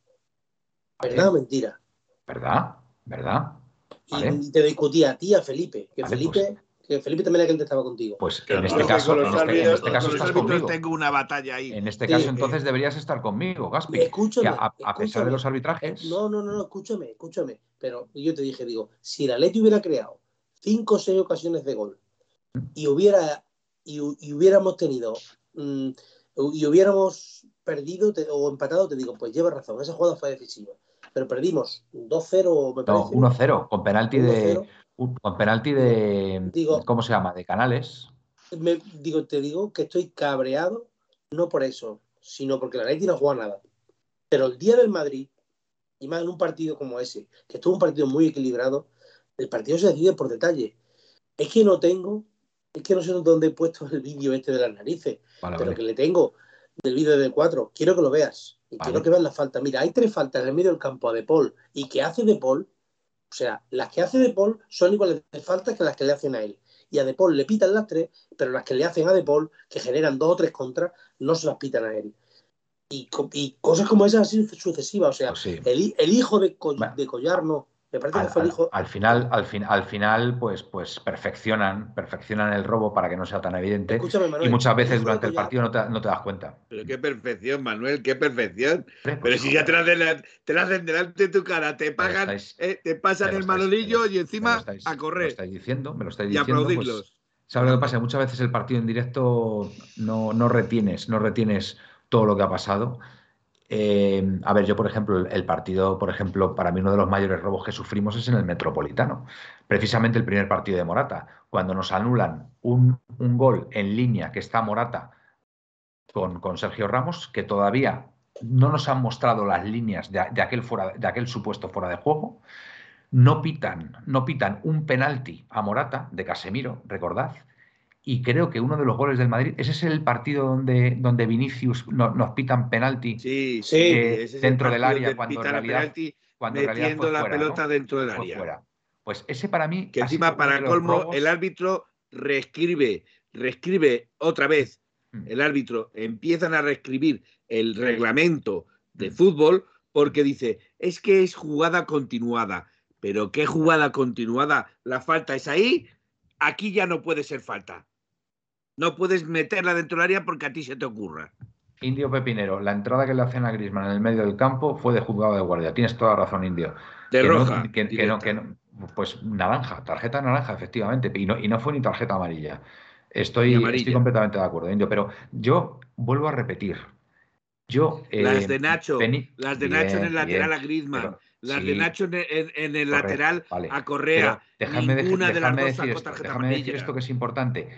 Vale. ¿Verdad o mentira? ¿Verdad? ¿Verdad? Vale. Y te discutía a ti, a Felipe, que Vale, Felipe, que Felipe también era que estaba contigo. Pues Claro, en este no, Porque caso, con en los este, en árbitros, este caso con los estás árbitros conmigo. tengo una batalla ahí. En este Sí, caso, eh, entonces deberías estar conmigo, Gaspi. Escúchame, Que a, a pesar escúchame. de los arbitrajes. Eh, no, no, no, no, escúchame, escúchame. Pero yo te dije, digo, si el Atleti hubiera creado cinco o seis ocasiones de gol y hubiera y, y hubiéramos tenido mm, y hubiéramos perdido te, o empatado, te digo, pues lleva razón, esa jugada fue decisiva. pero perdimos dos cero, me parece. No, uno cero, con penalti de. uno cero. Con penalti de. Digo, ¿Cómo se llama? De Canales. me, digo, te digo que estoy cabreado, no por eso, sino porque la Atleti no juega nada. Pero el día del Madrid, y más en un partido como ese, que estuvo un partido muy equilibrado, el partido se decide por detalle. Es que no tengo, es que no sé dónde he puesto el vídeo este de las narices, Vale, pero vale. que le tengo del vídeo de cuatro. Quiero que lo veas y Vale. quiero que veas las faltas. Mira, hay tres faltas en el medio del campo a De Paul y que hace De Paul. O sea, las que hace De Paul son iguales de faltas que las que le hacen a él. Y a De Paul le pitan las tres, pero las que le hacen a De Paul, que generan dos o tres contras, no se las pitan a él. Y, y cosas como esas así sucesivas. O sea, Pues sí. el, el hijo de, Co Bueno, de Collar no. Me parece al, que fue el al, hijo. al final, al, fin, al final pues, pues perfeccionan, perfeccionan el robo para que no sea tan evidente. Escúchame, Manuel, y muchas el veces hijo de durante el Collar- partido no te, no te das cuenta. Pero qué perfección, Manuel, qué perfección. Pues, Pero si ya te la, hacen, te la hacen delante de tu cara, te pagan, estáis- eh, te pasan me lo el estáis- manolillo me lo- y encima me lo estáis- a Me lo correr estáis diciendo, me lo estáis y diciendo. Pues, aplaudirlos. ¿sabes lo que pasa? Muchas veces el partido en directo no, no retienes, no retienes todo lo que ha pasado. Eh, a ver, yo, por ejemplo, el, el partido, por ejemplo, para mí uno de los mayores robos que sufrimos es en el Metropolitano. Precisamente el primer partido de Morata, cuando nos anulan un, un gol en línea que está Morata con, con Sergio Ramos, que todavía no nos han mostrado las líneas de, de, aquel fuera, de aquel supuesto fuera de juego. No pitan, no pitan un penalti a Morata de Casemiro, recordad. Y creo que uno de los goles del Madrid, ese es el partido donde, donde Vinicius no, nos pitan penalti Sí, Sí. sí, eh, ese es dentro el del partido área donde cuando en pitan la realidad, penalti cuando en realidad metiendo fue la fuera, pelota ¿no? dentro del Fue área. fuera. Pues ese para mí Que ha encima, sido uno para de los colmo, robos. el árbitro reescribe, reescribe otra vez. Mm. El árbitro empiezan a reescribir el reglamento de Mm. fútbol porque dice, es que es jugada continuada. Pero ¿qué jugada continuada? La falta es ahí, aquí ya no puede ser falta. No puedes meterla dentro del área porque a ti se te ocurra. Indio Pepinero, la entrada que le hacen a Griezmann en el medio del campo fue de juzgado de guardia. Tienes toda la razón, Indio. De que roja, no, que, que no, que no, pues naranja, tarjeta naranja, efectivamente. Y no, y no fue ni tarjeta amarilla. Estoy, amarilla. estoy completamente de acuerdo, Indio. Pero yo vuelvo a repetir. Yo, eh, las de Nacho, Beni... las de bien, Nacho en el lateral bien, a Griezmann, pero, las sí, de Nacho en, en, en el correcto, lateral vale. a Correa. Pero dejadme, Ninguna de, de las dejadme dos decir sacó esto, tarjeta dejadme amarilla. decir esto que es importante.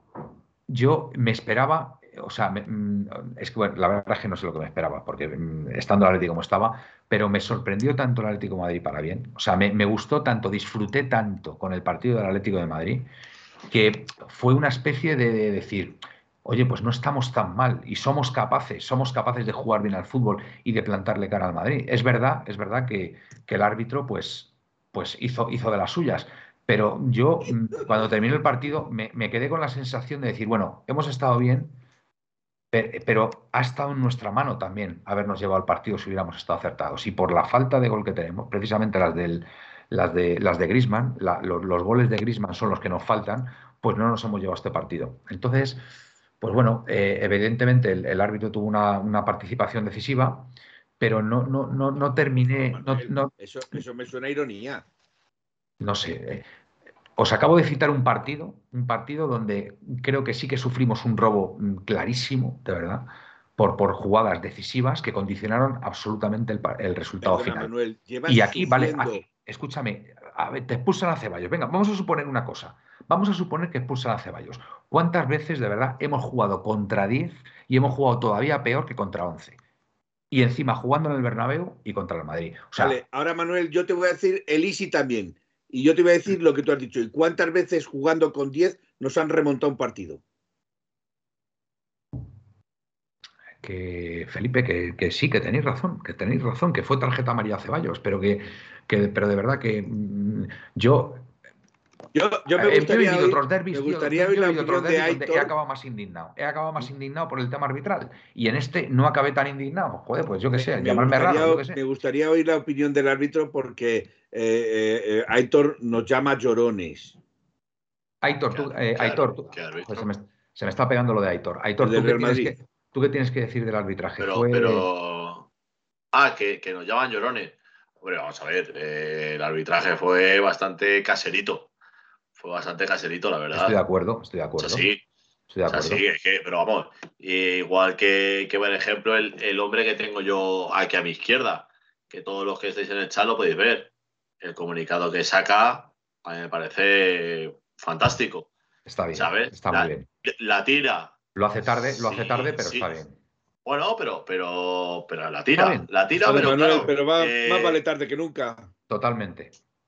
Yo me esperaba, o sea, me, es que bueno, la verdad es que no sé lo que me esperaba, porque estando el Atlético como estaba, pero me sorprendió tanto el Atlético de Madrid para bien. O sea, me, me gustó tanto, disfruté tanto con el partido del Atlético de Madrid, que fue una especie de, de decir, oye, pues no estamos tan mal y somos capaces, somos capaces de jugar bien al fútbol y de plantarle cara al Madrid. Es verdad, es verdad que, que el árbitro, pues, pues hizo, hizo de las suyas. Pero yo, cuando terminó el partido, me, me quedé con la sensación de decir, bueno, hemos estado bien, pero, pero ha estado en nuestra mano también habernos llevado al partido si hubiéramos estado acertados. Y por la falta de gol que tenemos, precisamente las, del, las, de, las de Griezmann, la, los, los goles de Griezmann son los que nos faltan, pues no nos hemos llevado a este partido. Entonces, pues bueno, eh, evidentemente el, el árbitro tuvo una, una participación decisiva, pero no, no, no, no terminé, No, no, Manuel, no, eso, eso me suena a ironía. no sé. Eh, Os acabo de citar un partido, un partido donde creo que sí que sufrimos un robo clarísimo, de verdad, por, por jugadas decisivas que condicionaron absolutamente el, el resultado Perdona, final. Manuel, llevas Y aquí, vale, sufriendo... aquí, escúchame, a ver, te expulsan a Ceballos. Venga, vamos a suponer una cosa. Vamos a suponer que expulsan a Ceballos. ¿Cuántas veces, de verdad, hemos jugado contra diez y hemos jugado todavía peor que contra once? Y encima jugando en el Bernabéu y contra el Madrid. O sea, Vale, ahora, Manuel, yo te voy a decir el Easy también. Y yo te voy a decir lo que tú has dicho. ¿Y cuántas veces jugando con diez nos han remontado un partido? Que Felipe, que, que sí, que tenéis razón, que tenéis razón, que fue tarjeta amarilla a Ceballos, pero que, que pero de verdad que mmm, yo, yo, yo me eh, gustaría yo he vivido oír, otros derbis, me tío, gustaría yo oír he la vivido otros opinión de derbis donde he Aitor. acabado más indignado, he acabado más indignado por el tema arbitral y en este no acabé tan indignado. Joder, pues yo qué sé, Me, me llamarme gustaría, raro, yo qué sé. Me gustaría oír la opinión del árbitro porque eh, eh, Aitor nos llama llorones. Aitor, tú, eh, ¿Qué, Aitor, tú, qué joder, se, me, se me está pegando lo de Aitor. Aitor, El ¿tú del qué, Real tienes Madrid. que, ¿tú qué tienes que decir del arbitraje? Pero, Fue... pero... Ah, que, que nos llaman llorones. Hombre, vamos a ver, eh, el arbitraje fue bastante caserito. Fue bastante caserito, la verdad. Estoy de acuerdo, estoy de acuerdo. O sea, sí. Estoy de O sea, acuerdo. sí, es que, pero vamos, igual que, que por ejemplo, el, el hombre que tengo yo aquí a mi izquierda, que todos los que estáis en el chat lo podéis ver. El comunicado que saca a mí me parece fantástico. Está bien, ¿Sabes? está la, muy bien. La tira. Lo hace tarde, lo hace Sí, tarde, pero sí. está bien. Bueno, pero, pero, pero la Está tira. bien. La tira, Joder, pero Manuel, claro. pero va- eh, más vale tarde que nunca. Totalmente.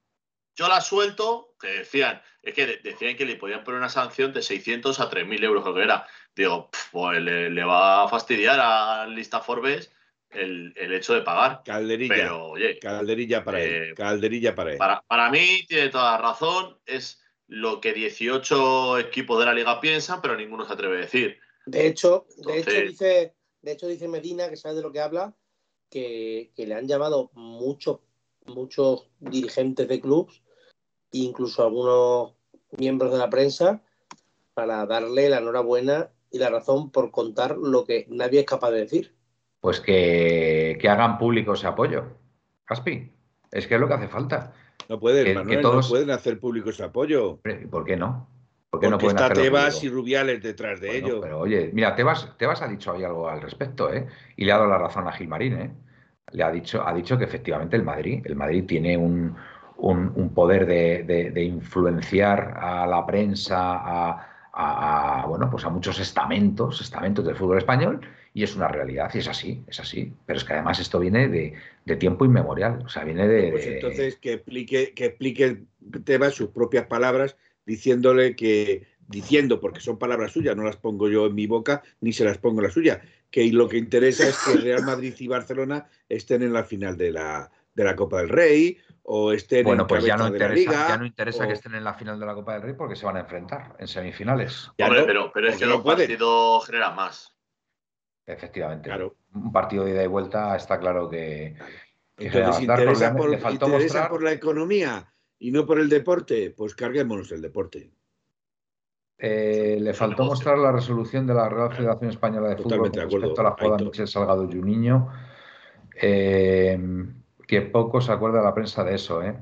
Yo la suelto, que decían, es que de- decían que le podían poner una sanción de seiscientos a tres mil euros, creo que era. Digo, pf, pues le, le va a fastidiar a Lista Forbes el, el hecho de pagar. Calderilla. Pero, oye, Calderilla para eh, él. Calderilla para él. para, para mí tiene toda la razón. Es lo que dieciocho equipos de la liga piensan, pero ninguno se atreve a decir. De hecho, de Entonces- hecho dice, de hecho dice Medina, que sabe de lo que habla, que, que le han llamado muchos, muchos dirigentes de clubes, incluso algunos miembros de la prensa, para darle la enhorabuena y la razón por contar lo que nadie es capaz de decir. Pues que, que hagan público ese apoyo. Caspi, es que es lo que hace falta. No pueden, que- Manuel, que todos- no pueden hacer público ese apoyo. Hombre, ¿y ¿por qué no? ¿Por qué Porque no pueden está hacerlo Tebas público? y Rubiales detrás de Bueno, ello. pero oye, mira, Tebas, Tebas ha dicho ahí algo al respecto, ¿eh? Y le ha dado la razón a Gilmarín, ¿eh? Le ha dicho, ha dicho que efectivamente el Madrid, el Madrid tiene un, un- un poder de, de- de influenciar a la prensa, a, a- a, bueno, pues a muchos estamentos, estamentos del fútbol español, y es una realidad, y es así, es así. Pero es que además esto viene de, de tiempo inmemorial, o sea, viene de... Pues de- entonces que explique, que explique Tebas sus propias palabras, diciéndole que, diciendo, porque son palabras suyas, no las pongo yo en mi boca, ni se las pongo en la suya, que lo que interesa es que el Real Madrid y Barcelona estén en la final de la, de la Copa del Rey, o estén Bueno, en pues ya cabeza no de la interesa, Liga. ya no interesa o- que estén en la final de la Copa del Rey porque se van a enfrentar en semifinales. Ya Hombre, no, pero, pero es porque que no los pueden. partidos generan más. Efectivamente. Claro. Un partido de ida y vuelta está claro que, que Entonces, genera más. interesa, Dar, por, le faltó interesa mostrar, por la economía y no por el deporte, pues carguémonos el deporte. eh, le Es un faltó negocio. mostrar la resolución de la Real Federación Española de Fútbol Totalmente con de acuerdo, respecto a la jugada Aitor. Michel Salgado y Juninho. Eh, que poco se acuerda la prensa de eso, ¿eh?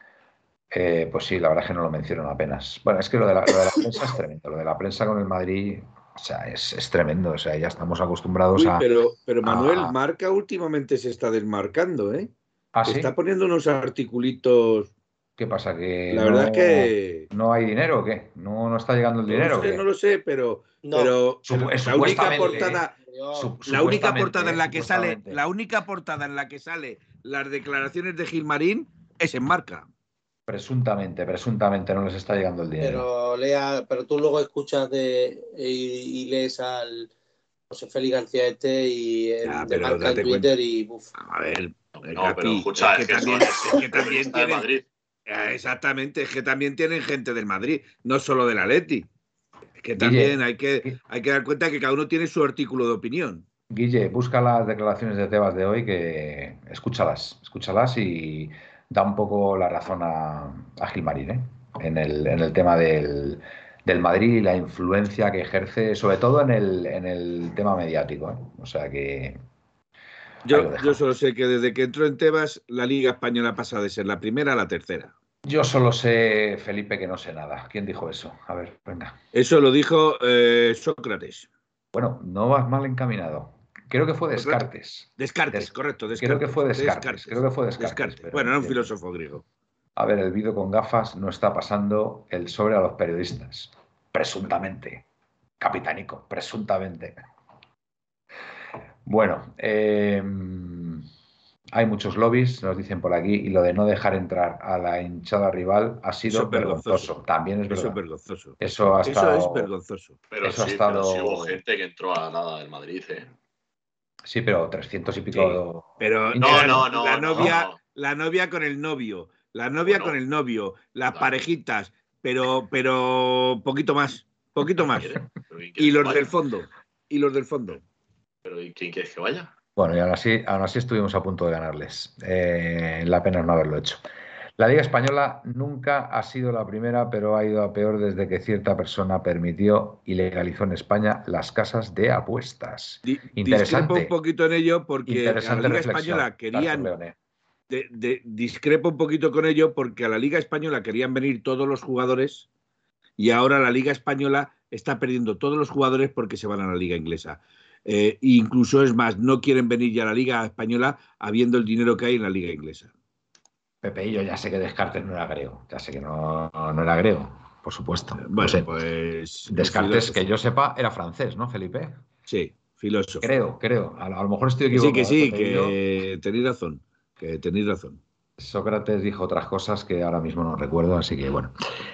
Eh, pues sí, la verdad es que no lo mencionan apenas. Bueno, es que lo de la, lo de la prensa es tremendo. Lo de la prensa con el Madrid, o sea, es, es tremendo. O sea, ya estamos acostumbrados Uy, a. pero, pero Manuel, a- Marca últimamente se está desmarcando, ¿eh? ¿Ah, Que sí? está poniendo unos articulitos. ¿Qué pasa? ¿Que La no, verdad es que no hay dinero o qué? ¿No, no está llegando el no dinero lo o sé, qué? no lo sé, pero, No. pero Supu- la supuestamente, única portada, Su- la única supuestamente, portada en la ¿eh? que sale, Supuestamente. la única portada en la que sale las declaraciones de Gilmarín es en Marca. Presuntamente, presuntamente no les está llegando el dinero. Pero lea, pero tú luego escuchas de y, y lees al José Félix García este y el Ya, de pero Marca en date Twitter y uf. A ver, eh, No, Capi, pero escucha, es es que que también, son- es son que también periodistas de tienen, Madrid. eh, exactamente, es que también tienen gente del Madrid, no solo del Atleti. Es que Guille, también hay que, hay que dar cuenta que cada uno tiene su artículo de opinión. Guille, busca las declaraciones de Tebas de hoy, que escúchalas, escúchalas y da un poco la razón a, a Gilmarín, ¿eh? En el, en el tema del, del Madrid y la influencia que ejerce, sobre todo en el, en el tema mediático, ¿eh? O sea que ahí lo Yo, dejamos. yo solo sé que desde que entró en Tebas, la Liga Española pasa de ser la primera a la tercera. Yo solo sé, Felipe, que no sé nada. ¿Quién dijo eso? A ver, venga. Eso lo dijo eh, Sócrates. Bueno, no vas mal encaminado. Creo que fue Descartes. Descartes, Des- correcto, Creo Descartes. que fue Descartes. Creo que fue Descartes. Descartes. pero Bueno, era un bien. filósofo griego. A ver, el vídeo con gafas no está pasando el sobre a los periodistas. Presuntamente. Capitánico, presuntamente. Bueno, eh, hay muchos lobbies, nos dicen por aquí, y lo de no dejar entrar a la hinchada rival ha sido Eso es vergonzoso. vergonzoso. También es Eso verdad. es vergonzoso. Eso ha Eso estado... es vergonzoso. Pero Eso ha sí, estado- pero sí hubo gente que entró a la nada del Madrid, ¿eh? Sí, pero trescientos y pico... Pero No, era no, no, la no, novia, no. la novia con el novio, la novia Bueno. con el novio, las Claro. parejitas, pero, pero poquito más, poquito más. ¿Quiere? ¿Pero quién Y quieres que los vaya? del fondo, y los del fondo. ¿Pero ¿y quién quieres que vaya? Bueno, y aún así, aún así estuvimos a punto de ganarles. Eh, la pena es no haberlo hecho. La Liga Española nunca ha sido la primera, pero ha ido a peor desde que cierta persona permitió y legalizó en España las casas de apuestas. Di- Interesante. Discrepo un poquito en ello porque a la Interesante Liga reflexión, Española querían, Artur Leone. de- de- discrepo un poquito con ello porque a la Liga Española querían venir todos los jugadores y ahora la Liga Española está perdiendo todos los jugadores porque se van a la Liga Inglesa. Eh, incluso es más, no quieren venir ya a la Liga Española habiendo el dinero que hay en la Liga Inglesa. Pepe, yo ya sé que Descartes no era griego, ya sé que no, no era griego, por supuesto. Bueno, no sé. pues... Descartes, que yo sepa, era francés, ¿no, Felipe? Sí, filósofo. Creo, creo. A, a lo mejor estoy Que sí, equivocado. que sí, Pepe, que tenéis razón, que tenéis razón. Sócrates dijo otras cosas que ahora mismo no recuerdo, así que bueno.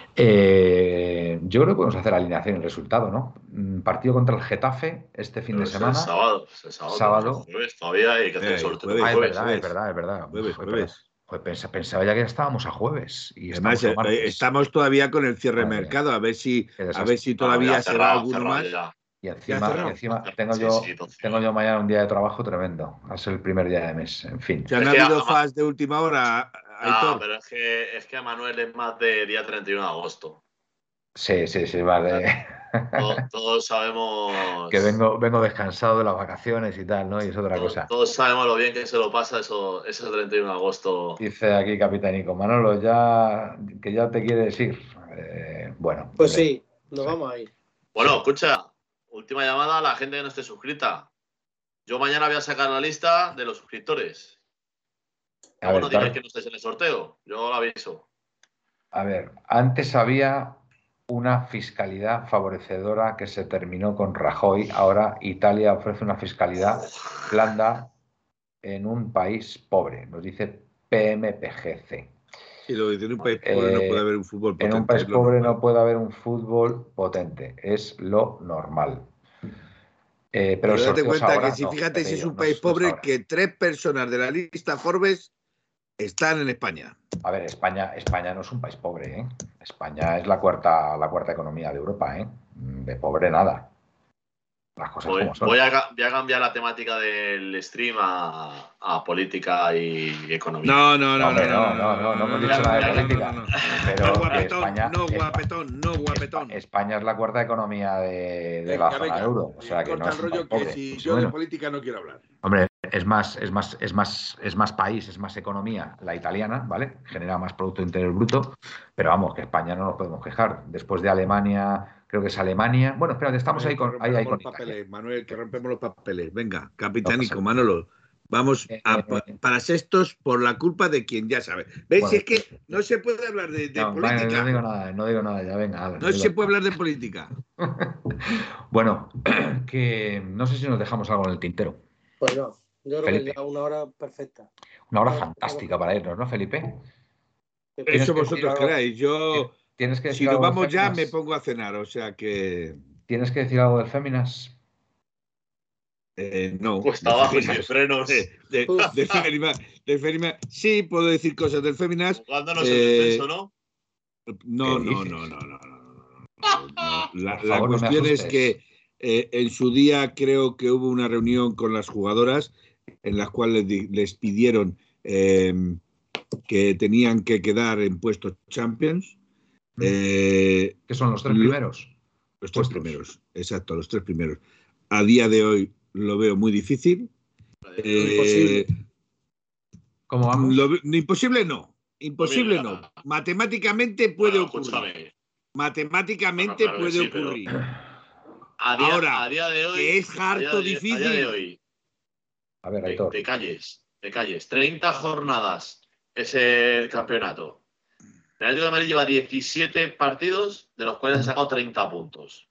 Eh, yo creo que podemos hacer alineación y resultado, ¿no? Partido contra el Getafe este fin Pero de es el semana. sábado, es el sábado. Sábado. El jueves todavía hay que hacer el Eh, sorteo. jueves, Ah, es Jueves, verdad, jueves. es verdad, es verdad. Jueves, Uf, jueves. Pues pensaba, pensaba ya que estábamos a jueves y Además, estamos a eh, martes. estamos todavía con el cierre de Madre mercado, a ver si, Qué a desastre. ver si No, todavía ya se cerrado, va alguno cerrado más. ya. Y ¿Ya encima, cerrado? y encima tengo, Sí, yo, sí, doce. tengo yo mañana un día de trabajo tremendo. Va a ser el primer día de mes, en fin. ¿Se han Es que habido ama- fans de última hora, No, Aitor? pero es que, es que a Manuel es más de día treinta y uno de agosto. Sí, sí, sí, vale. Todos, todos sabemos. Que vengo, vengo descansado de las vacaciones y tal, ¿no? Y es otra Todos, cosa. todos sabemos lo bien que se lo pasa eso, ese treinta y uno de agosto. Dice aquí Capitanico, Manolo, ya que ya te quieres ir. Eh, bueno, Pues le- sí, nos vamos a ir. Bueno, Sí. escucha, última llamada a la gente que no esté suscrita. Yo mañana voy a sacar la lista de los suscriptores. A Luego ver, no digáis dar- que no estáis en el sorteo. Yo lo aviso. a ver, antes había una fiscalidad favorecedora que se terminó con Rajoy. Ahora Italia ofrece una fiscalidad blanda en un país pobre. Nos dice P M P G C. Sí, lo que tiene un país pobre no Eh, puede haber un fútbol potente. En un país es lo pobre normal. no puede haber un fútbol potente. Es lo normal. Eh, pero Pero el date sorteo es cuenta ahora, que si no, fíjate Pepe si y es yo, un no país es- no es pobre ahora. que tres personas de la lista Forbes están en España. A ver, España, España no es un país pobre, ¿eh? España es la cuarta, la cuarta economía de Europa, ¿eh? De pobre nada. Las cosas Voy, como son. voy a, ca- voy a cambiar la temática del stream a, a política y economía. No, no, No, no, hombre, no, no, no, no, no hemos dicho no, nada de no, no, política. no, no. Pero No, que guapetón, España, no, Espa- guapetón, no, guapetón. Espa- España es la cuarta economía de, de Venga, la zona venga, euro. O sea que corta no es el un país rollo que pobre. si mucho yo de menos. política no quiero hablar. Hombre, es más, es más, es más, es más país, es más economía la italiana, ¿vale? Genera más Producto Interior Bruto, pero vamos, que España no nos podemos quejar. Después de Alemania, creo que es Alemania. Bueno, espérate, estamos ahí con, que ahí, ahí rompemos con los Italia. papeles, Manuel, que rompemos los papeles. Venga, No capitánico, pasa Manolo. Vamos a, Eh, pa- para sextos por la culpa de quien ya sabe. ¿Ves? Bueno, Si es que no se puede hablar de, de No, vale, política. no digo nada, no digo nada, ya venga. ala, No digo se puede nada. hablar de política. Bueno, que no sé si nos dejamos algo en el tintero. Pues no, yo creo Felipe. que ya una hora perfecta. Una hora No, fantástica para irnos, ¿no, Felipe? Tienes Eso que vosotros decir algo- queráis. Yo, ¿Tienes que decir si nos algo del vamos ya, Féminas? me pongo a cenar. O sea que. ¿Tienes que decir algo del Féminas? eh, no. Cuesta de abajo y Féminas. sin frenos. De, de, Uf. de Féminas, de Féminas. Sí, puedo decir cosas del Féminas. Jugándonos Eh, el descenso, ¿no? No, ¿Qué no, dices? no, no, no, no, no, no, no. La, Por la favor, no me cuestión es asustes. que eh, en su día creo que hubo una reunión con las jugadoras en las cuales di- les pidieron eh, que tenían que quedar en puestos Champions. Eh, ¿Qué son los tres lo- primeros? los tres puestos. primeros, exacto, los tres primeros. A día de hoy lo veo muy difícil. Eh, Imposible. ¿Cómo vamos? lo ve- no, imposible no, imposible no. Matemáticamente puede Bueno, ocurrir. escúchame. Matemáticamente Bueno, claro que puede sí, pero- ocurrir. A día, Ahora, a día de hoy. que es a día harto de- difícil. A día de hoy, A ver, te, Aitor. te calles, te calles. treinta jornadas ese campeonato. El Atlético de Madrid lleva diecisiete partidos, de los cuales ha sacado treinta puntos.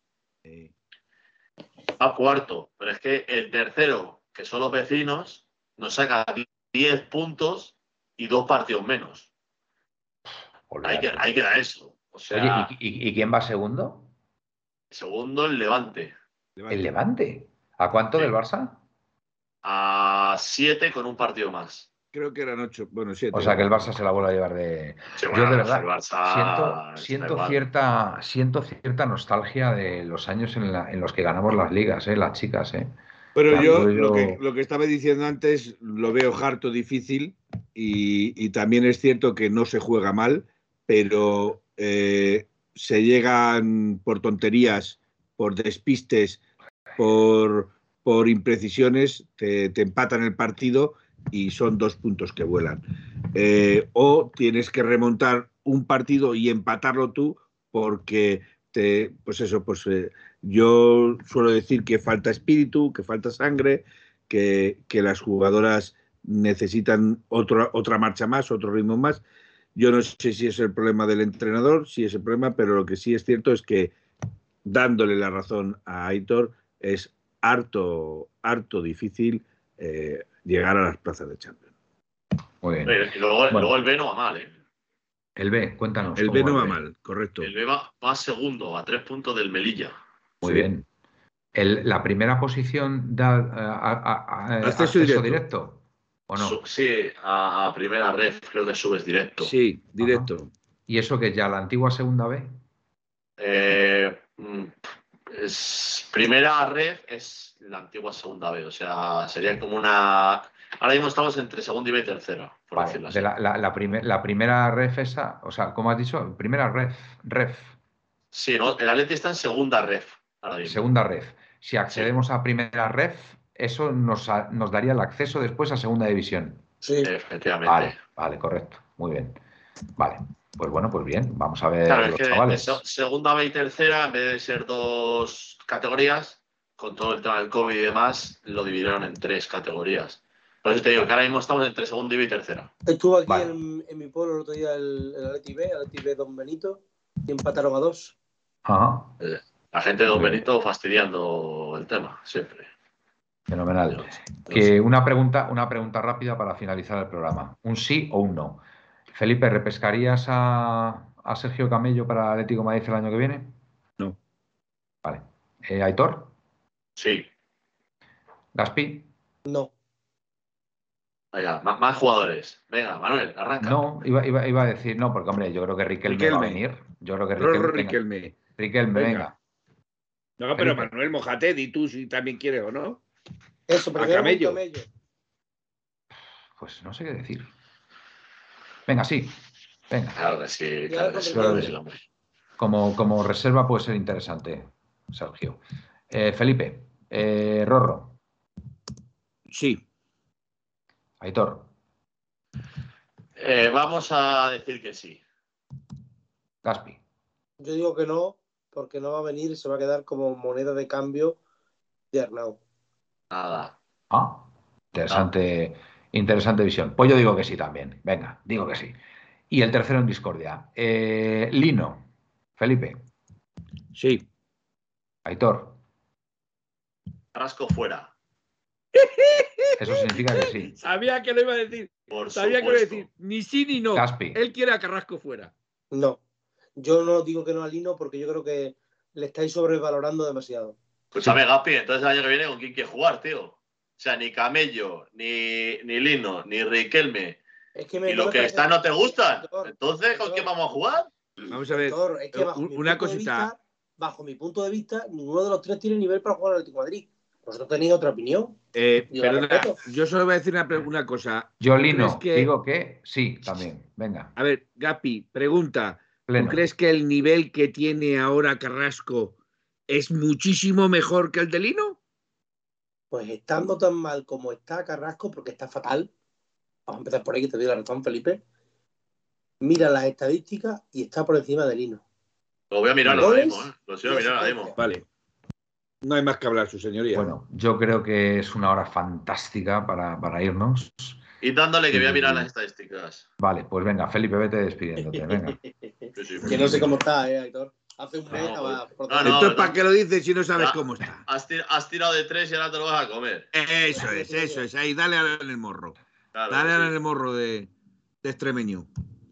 Va cuarto, pero es que el tercero, que son los vecinos, nos saca diez puntos y dos partidos menos. Hay que, hay que dar eso. O sea, Oye, ¿y, y, y quién va segundo? segundo el Levante. Levante. El Levante. ¿A cuánto Sí. del Barça? A siete con un partido más. Creo que eran ocho, bueno, siete. O sea que el Barça se la vuelve a llevar de. Sí, Yo bueno, de el verdad Barça siento, está siento igual. cierta, siento cierta nostalgia de los años en, la- en los que ganamos las ligas, ¿eh? Las chicas, ¿eh? Pero Claro, yo, yo- Lo, que, lo que estaba diciendo antes lo veo harto difícil y, y también es cierto que no se juega mal, pero eh, se llegan por tonterías, por despistes, por, por imprecisiones, te, te empatan el partido y son dos puntos que vuelan. Eh, o tienes que remontar un partido y empatarlo tú porque te, pues eso, pues eh, yo suelo decir que falta espíritu, que falta sangre, que, que las jugadoras necesitan otra, otra marcha más, otro ritmo más. Yo no sé si es el problema del entrenador, si es el problema, pero lo que sí es cierto es que dándole la razón a Aitor es harto, harto difícil eh, llegar a las plazas de Champions. Muy bien. Y luego, Bueno. luego el B no va mal, ¿eh? El B, cuéntanos. El cómo B no va B. mal, correcto. El B va, va segundo, a tres puntos del Melilla. Muy Sí. bien. El, ¿La primera posición da a, a, a, Acceso acceso directo. directo? ¿O no? Su- sí, a, a primera red creo que subes directo. Sí, directo. ¿Y eso que es ya la antigua segunda B? Eh, mm, es, primera red es la antigua segunda B, o sea, sería como una... Ahora mismo estamos entre segunda y B y tercera, por Vale, decirlo así. de la, la, la, primer- la primera ref esa, o sea, ¿cómo has dicho? Primera ref, ref, Sí, ¿no? El Atleti está en segunda red ahora mismo. segunda ref. Si accedemos a primera ref, eso nos, a- nos daría el acceso después a segunda división. Sí. Efectivamente. Vale, vale, correcto. Muy bien. Vale, pues bueno, pues bien. Vamos a ver Claro, es los que de chavales. se- segunda B y tercera, en vez de ser dos categorías, con todo el tema del COVID y demás, lo dividieron en tres categorías. Por eso te digo que ahora mismo estamos entre segunda y tercera. Estuvo aquí Vale. en, en mi pueblo el otro día el, el Atleti B, el Atleti B Don Benito, y empataron a dos. Ajá, Eh, La gente de Don Muy bien. Benito fastidiando el tema, siempre. fenomenal. Yo- yo Que sé. una pregunta, una pregunta rápida para finalizar el programa. ¿Un sí o un no? Felipe, ¿repescarías a, a Sergio Camello para el Atlético de Madrid el año que viene? No. Vale. Eh, ¿Aitor? Sí, ¿Gaspi? No. venga, más, más jugadores. Venga, Manuel, arranca. No, iba, iba, iba a decir no, porque hombre, yo creo que Riquelme, va a Riquelme. venir. Yo creo que Rorro Riquelme. venga. Riquelme. Riquelme, venga. Venga. No, pero Felipe. Manuel, mojate, di tú si también quieres o no. Eso, A primero Camello. un camello. Pues no sé qué decir. Venga, sí. Venga. Claro que sí, Ya claro lo que sí, controlé. sí, hombre. Como, como reserva puede ser interesante, Sergio. Eh, Felipe. Eh, Rorro. Sí. Aitor. Eh, vamos a decir que sí. Gaspi. Yo digo que no, porque no va a venir y se va a quedar como moneda de cambio de Arnau. Nada. Ah, interesante, interesante visión. Pues yo digo que sí también. Venga, digo que sí. Y el tercero en discordia. Eh, Lino. Felipe. Sí. Aitor. Carrasco fuera. Eso significa que sí. Sabía que lo iba a decir. Por Sabía que lo iba a supuesto. decir. Ni sí ni no. Gaspi. Él quiere a Carrasco fuera. No. Yo no digo que no a Lino porque yo creo que le estáis sobrevalorando demasiado. Escúchame, Gaspi, entonces el año que viene, ¿con quién quieres jugar, tío? O sea, ni Camello, ni, ni Lino, ni Riquelme, Es que me, y no los me que parece- están no te gustan. Aitor, Entonces, ¿con Aitor, quién vamos a jugar? Vamos a ver. Aitor, es que bajo un- mi una punto de cosita. vista, bajo mi punto de vista, ninguno de los tres tiene nivel para jugar al Atlético de Madrid. Vosotros tenéis otra opinión. Eh, Yo la perdona, respeto. yo solo voy a decir una, pre- una cosa. Yo, ¿Tú Lino, crees que- digo que sí también. Venga, A ver, Gapi, pregunta. pleno. ¿Tú crees que el nivel que tiene ahora Carrasco es muchísimo mejor que el de Lino? Pues estando tan mal como está Carrasco, porque está fatal, vamos a empezar por ahí que te doy la razón, Felipe. Mira las estadísticas y está por encima de Lino. Lo voy a mirar ahora Goles mismo, ¿eh? Lo estoy a mirar ahora mismo. Vale. No hay más que hablar, su señoría. Bueno, yo creo que es una hora fantástica para, para irnos. Y dándole que voy a Sí. mirar las estadísticas. Vale, pues venga, Felipe, vete despidiéndote. Venga. Sí, sí, Que no sé cómo está, eh, Aitor. Hace un mes No, estaba por no, no. Entonces, ¿para qué lo dices si no sabes Ya. cómo está? Has, tir- has tirado de tres y ahora te lo vas a comer. Eso es, eso es. Ahí, dale en el morro. Claro, Dale que sí. en el morro de, de extremeño.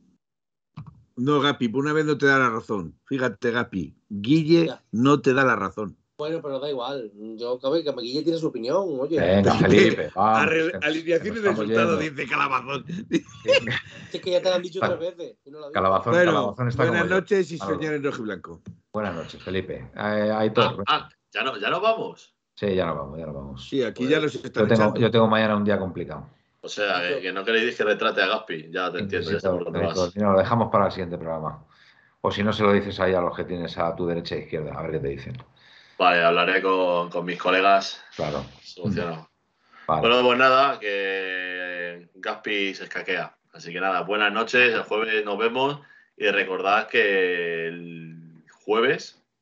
No, Gapi, por una vez no te da la razón. Fíjate, Gapi, Guille Ya. no te da la razón. Bueno, pero da igual. Yo, cabe, que Maquilla tiene su opinión, oye. Venga, Felipe. Vamos, Arre- que- alineación que y nos estamos resultado, yendo. dice Calabazón. Es que ya te lo han dicho Vale. tres veces. y no lo has dicho. Calabazón, Bueno, Calabazón está buenas como yo. noches y Manolo. señores rojiblanco. Buenas noches, Felipe. Eh, Aitor. Ah, ah, ¿ya, no, ¿ya no vamos? Sí, ya nos vamos, ya nos vamos. Sí, aquí Pues, ya los están Yo tengo, echando. yo tengo mañana un día complicado. O sea, que, que no queréis que retrate a Gaspi. Ya te entiendo, ya sé por dónde Necesito- vas. no, lo dejamos para el siguiente programa. O si no, se lo dices ahí a los que tienes a tu derecha e izquierda, a ver qué te dicen. Vale, hablaré con, con mis colegas. Claro. Solucionado. Vale. Bueno, pues nada, que Gaspi se escaquea. Así que nada, buenas noches. El jueves nos vemos. Y recordad que el jueves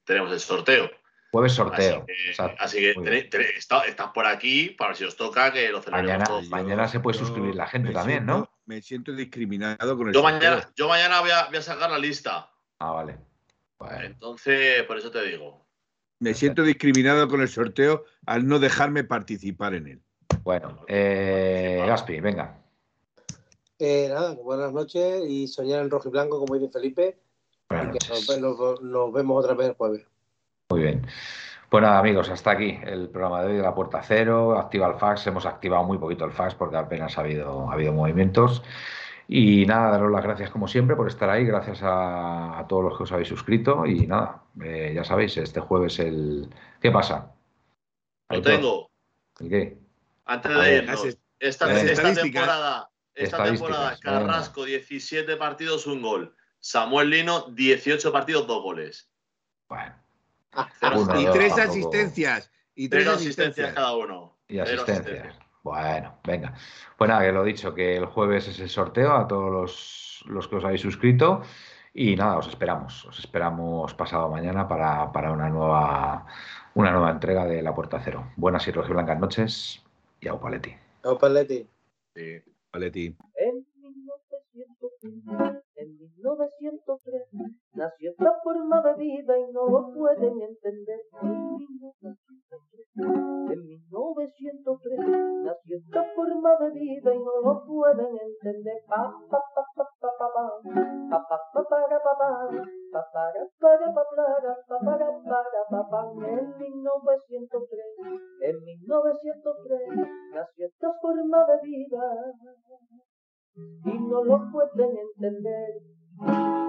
tenemos el sorteo. Jueves sorteo. Así que, Exacto. así que Muy tenéis- bien. tenéis- está- estás por aquí para ver si os toca que lo celebremos Mañana, todos. mañana se puede Yo suscribir la gente me también, siento- ¿no? Me siento discriminado con el Yo sorteo. mañana, yo mañana voy, a, voy a sacar la lista. Ah, vale. Bueno, Entonces, por eso te digo. Me siento discriminado con el sorteo al no dejarme participar en él. bueno. Eh, Gaspi, venga. Eh, nada, buenas noches y soñar en rojo y blanco, como dice Felipe. Buenas Y que nos, noches. nos- nos vemos otra vez el jueves. Muy bien. Pues nada, amigos, hasta aquí el programa de hoy de La Puerta Cero. Activa el fax. Hemos activado muy poquito el fax porque apenas ha habido, ha habido movimientos. Y nada, daros las gracias como siempre por estar ahí. Gracias a, a todos los que os habéis suscrito. Y nada, eh, ya sabéis, este jueves el... ¿Qué pasa? Lo Aitor, tengo. ¿el qué? Antes A de ver, irnos. las est- Esta, las esta estadísticas. temporada, esta temporada, Estadísticas, venga. Carrasco, diecisiete partidos, un gol. Samuel Lino, dieciocho partidos, dos goles. Bueno, Cero Uno, Y dos, tres tampoco- asistencias. Y tres Cero asistencias. asistencias cada uno. y Cero asistencias. Bueno, venga. Pues nada, que lo dicho, que el jueves es el sorteo a todos los, los que os habéis suscrito. Y nada, os esperamos. Os esperamos pasado mañana para, para una nueva una nueva entrega de La Puerta Cero. Buenas y rojiblancas noches y au paletti. Chao, Paletti. Sí. Valetín. En mil novecientos tres, en mil novecientos tres, nació esta forma de vida y no lo pueden entender. En mil novecientos tres, en mil novecientos tres, nació esta forma de vida y no lo pueden entender. Pa, pa, pa, pa, pa, pa, pa, pa, pa, pa, para, pa, pa, pa, para, para, pa, para, pa, para, para, pa, pa. En mil novecientos tres, en mil novecientos tres, nació esta forma de vida y no lo pueden entender.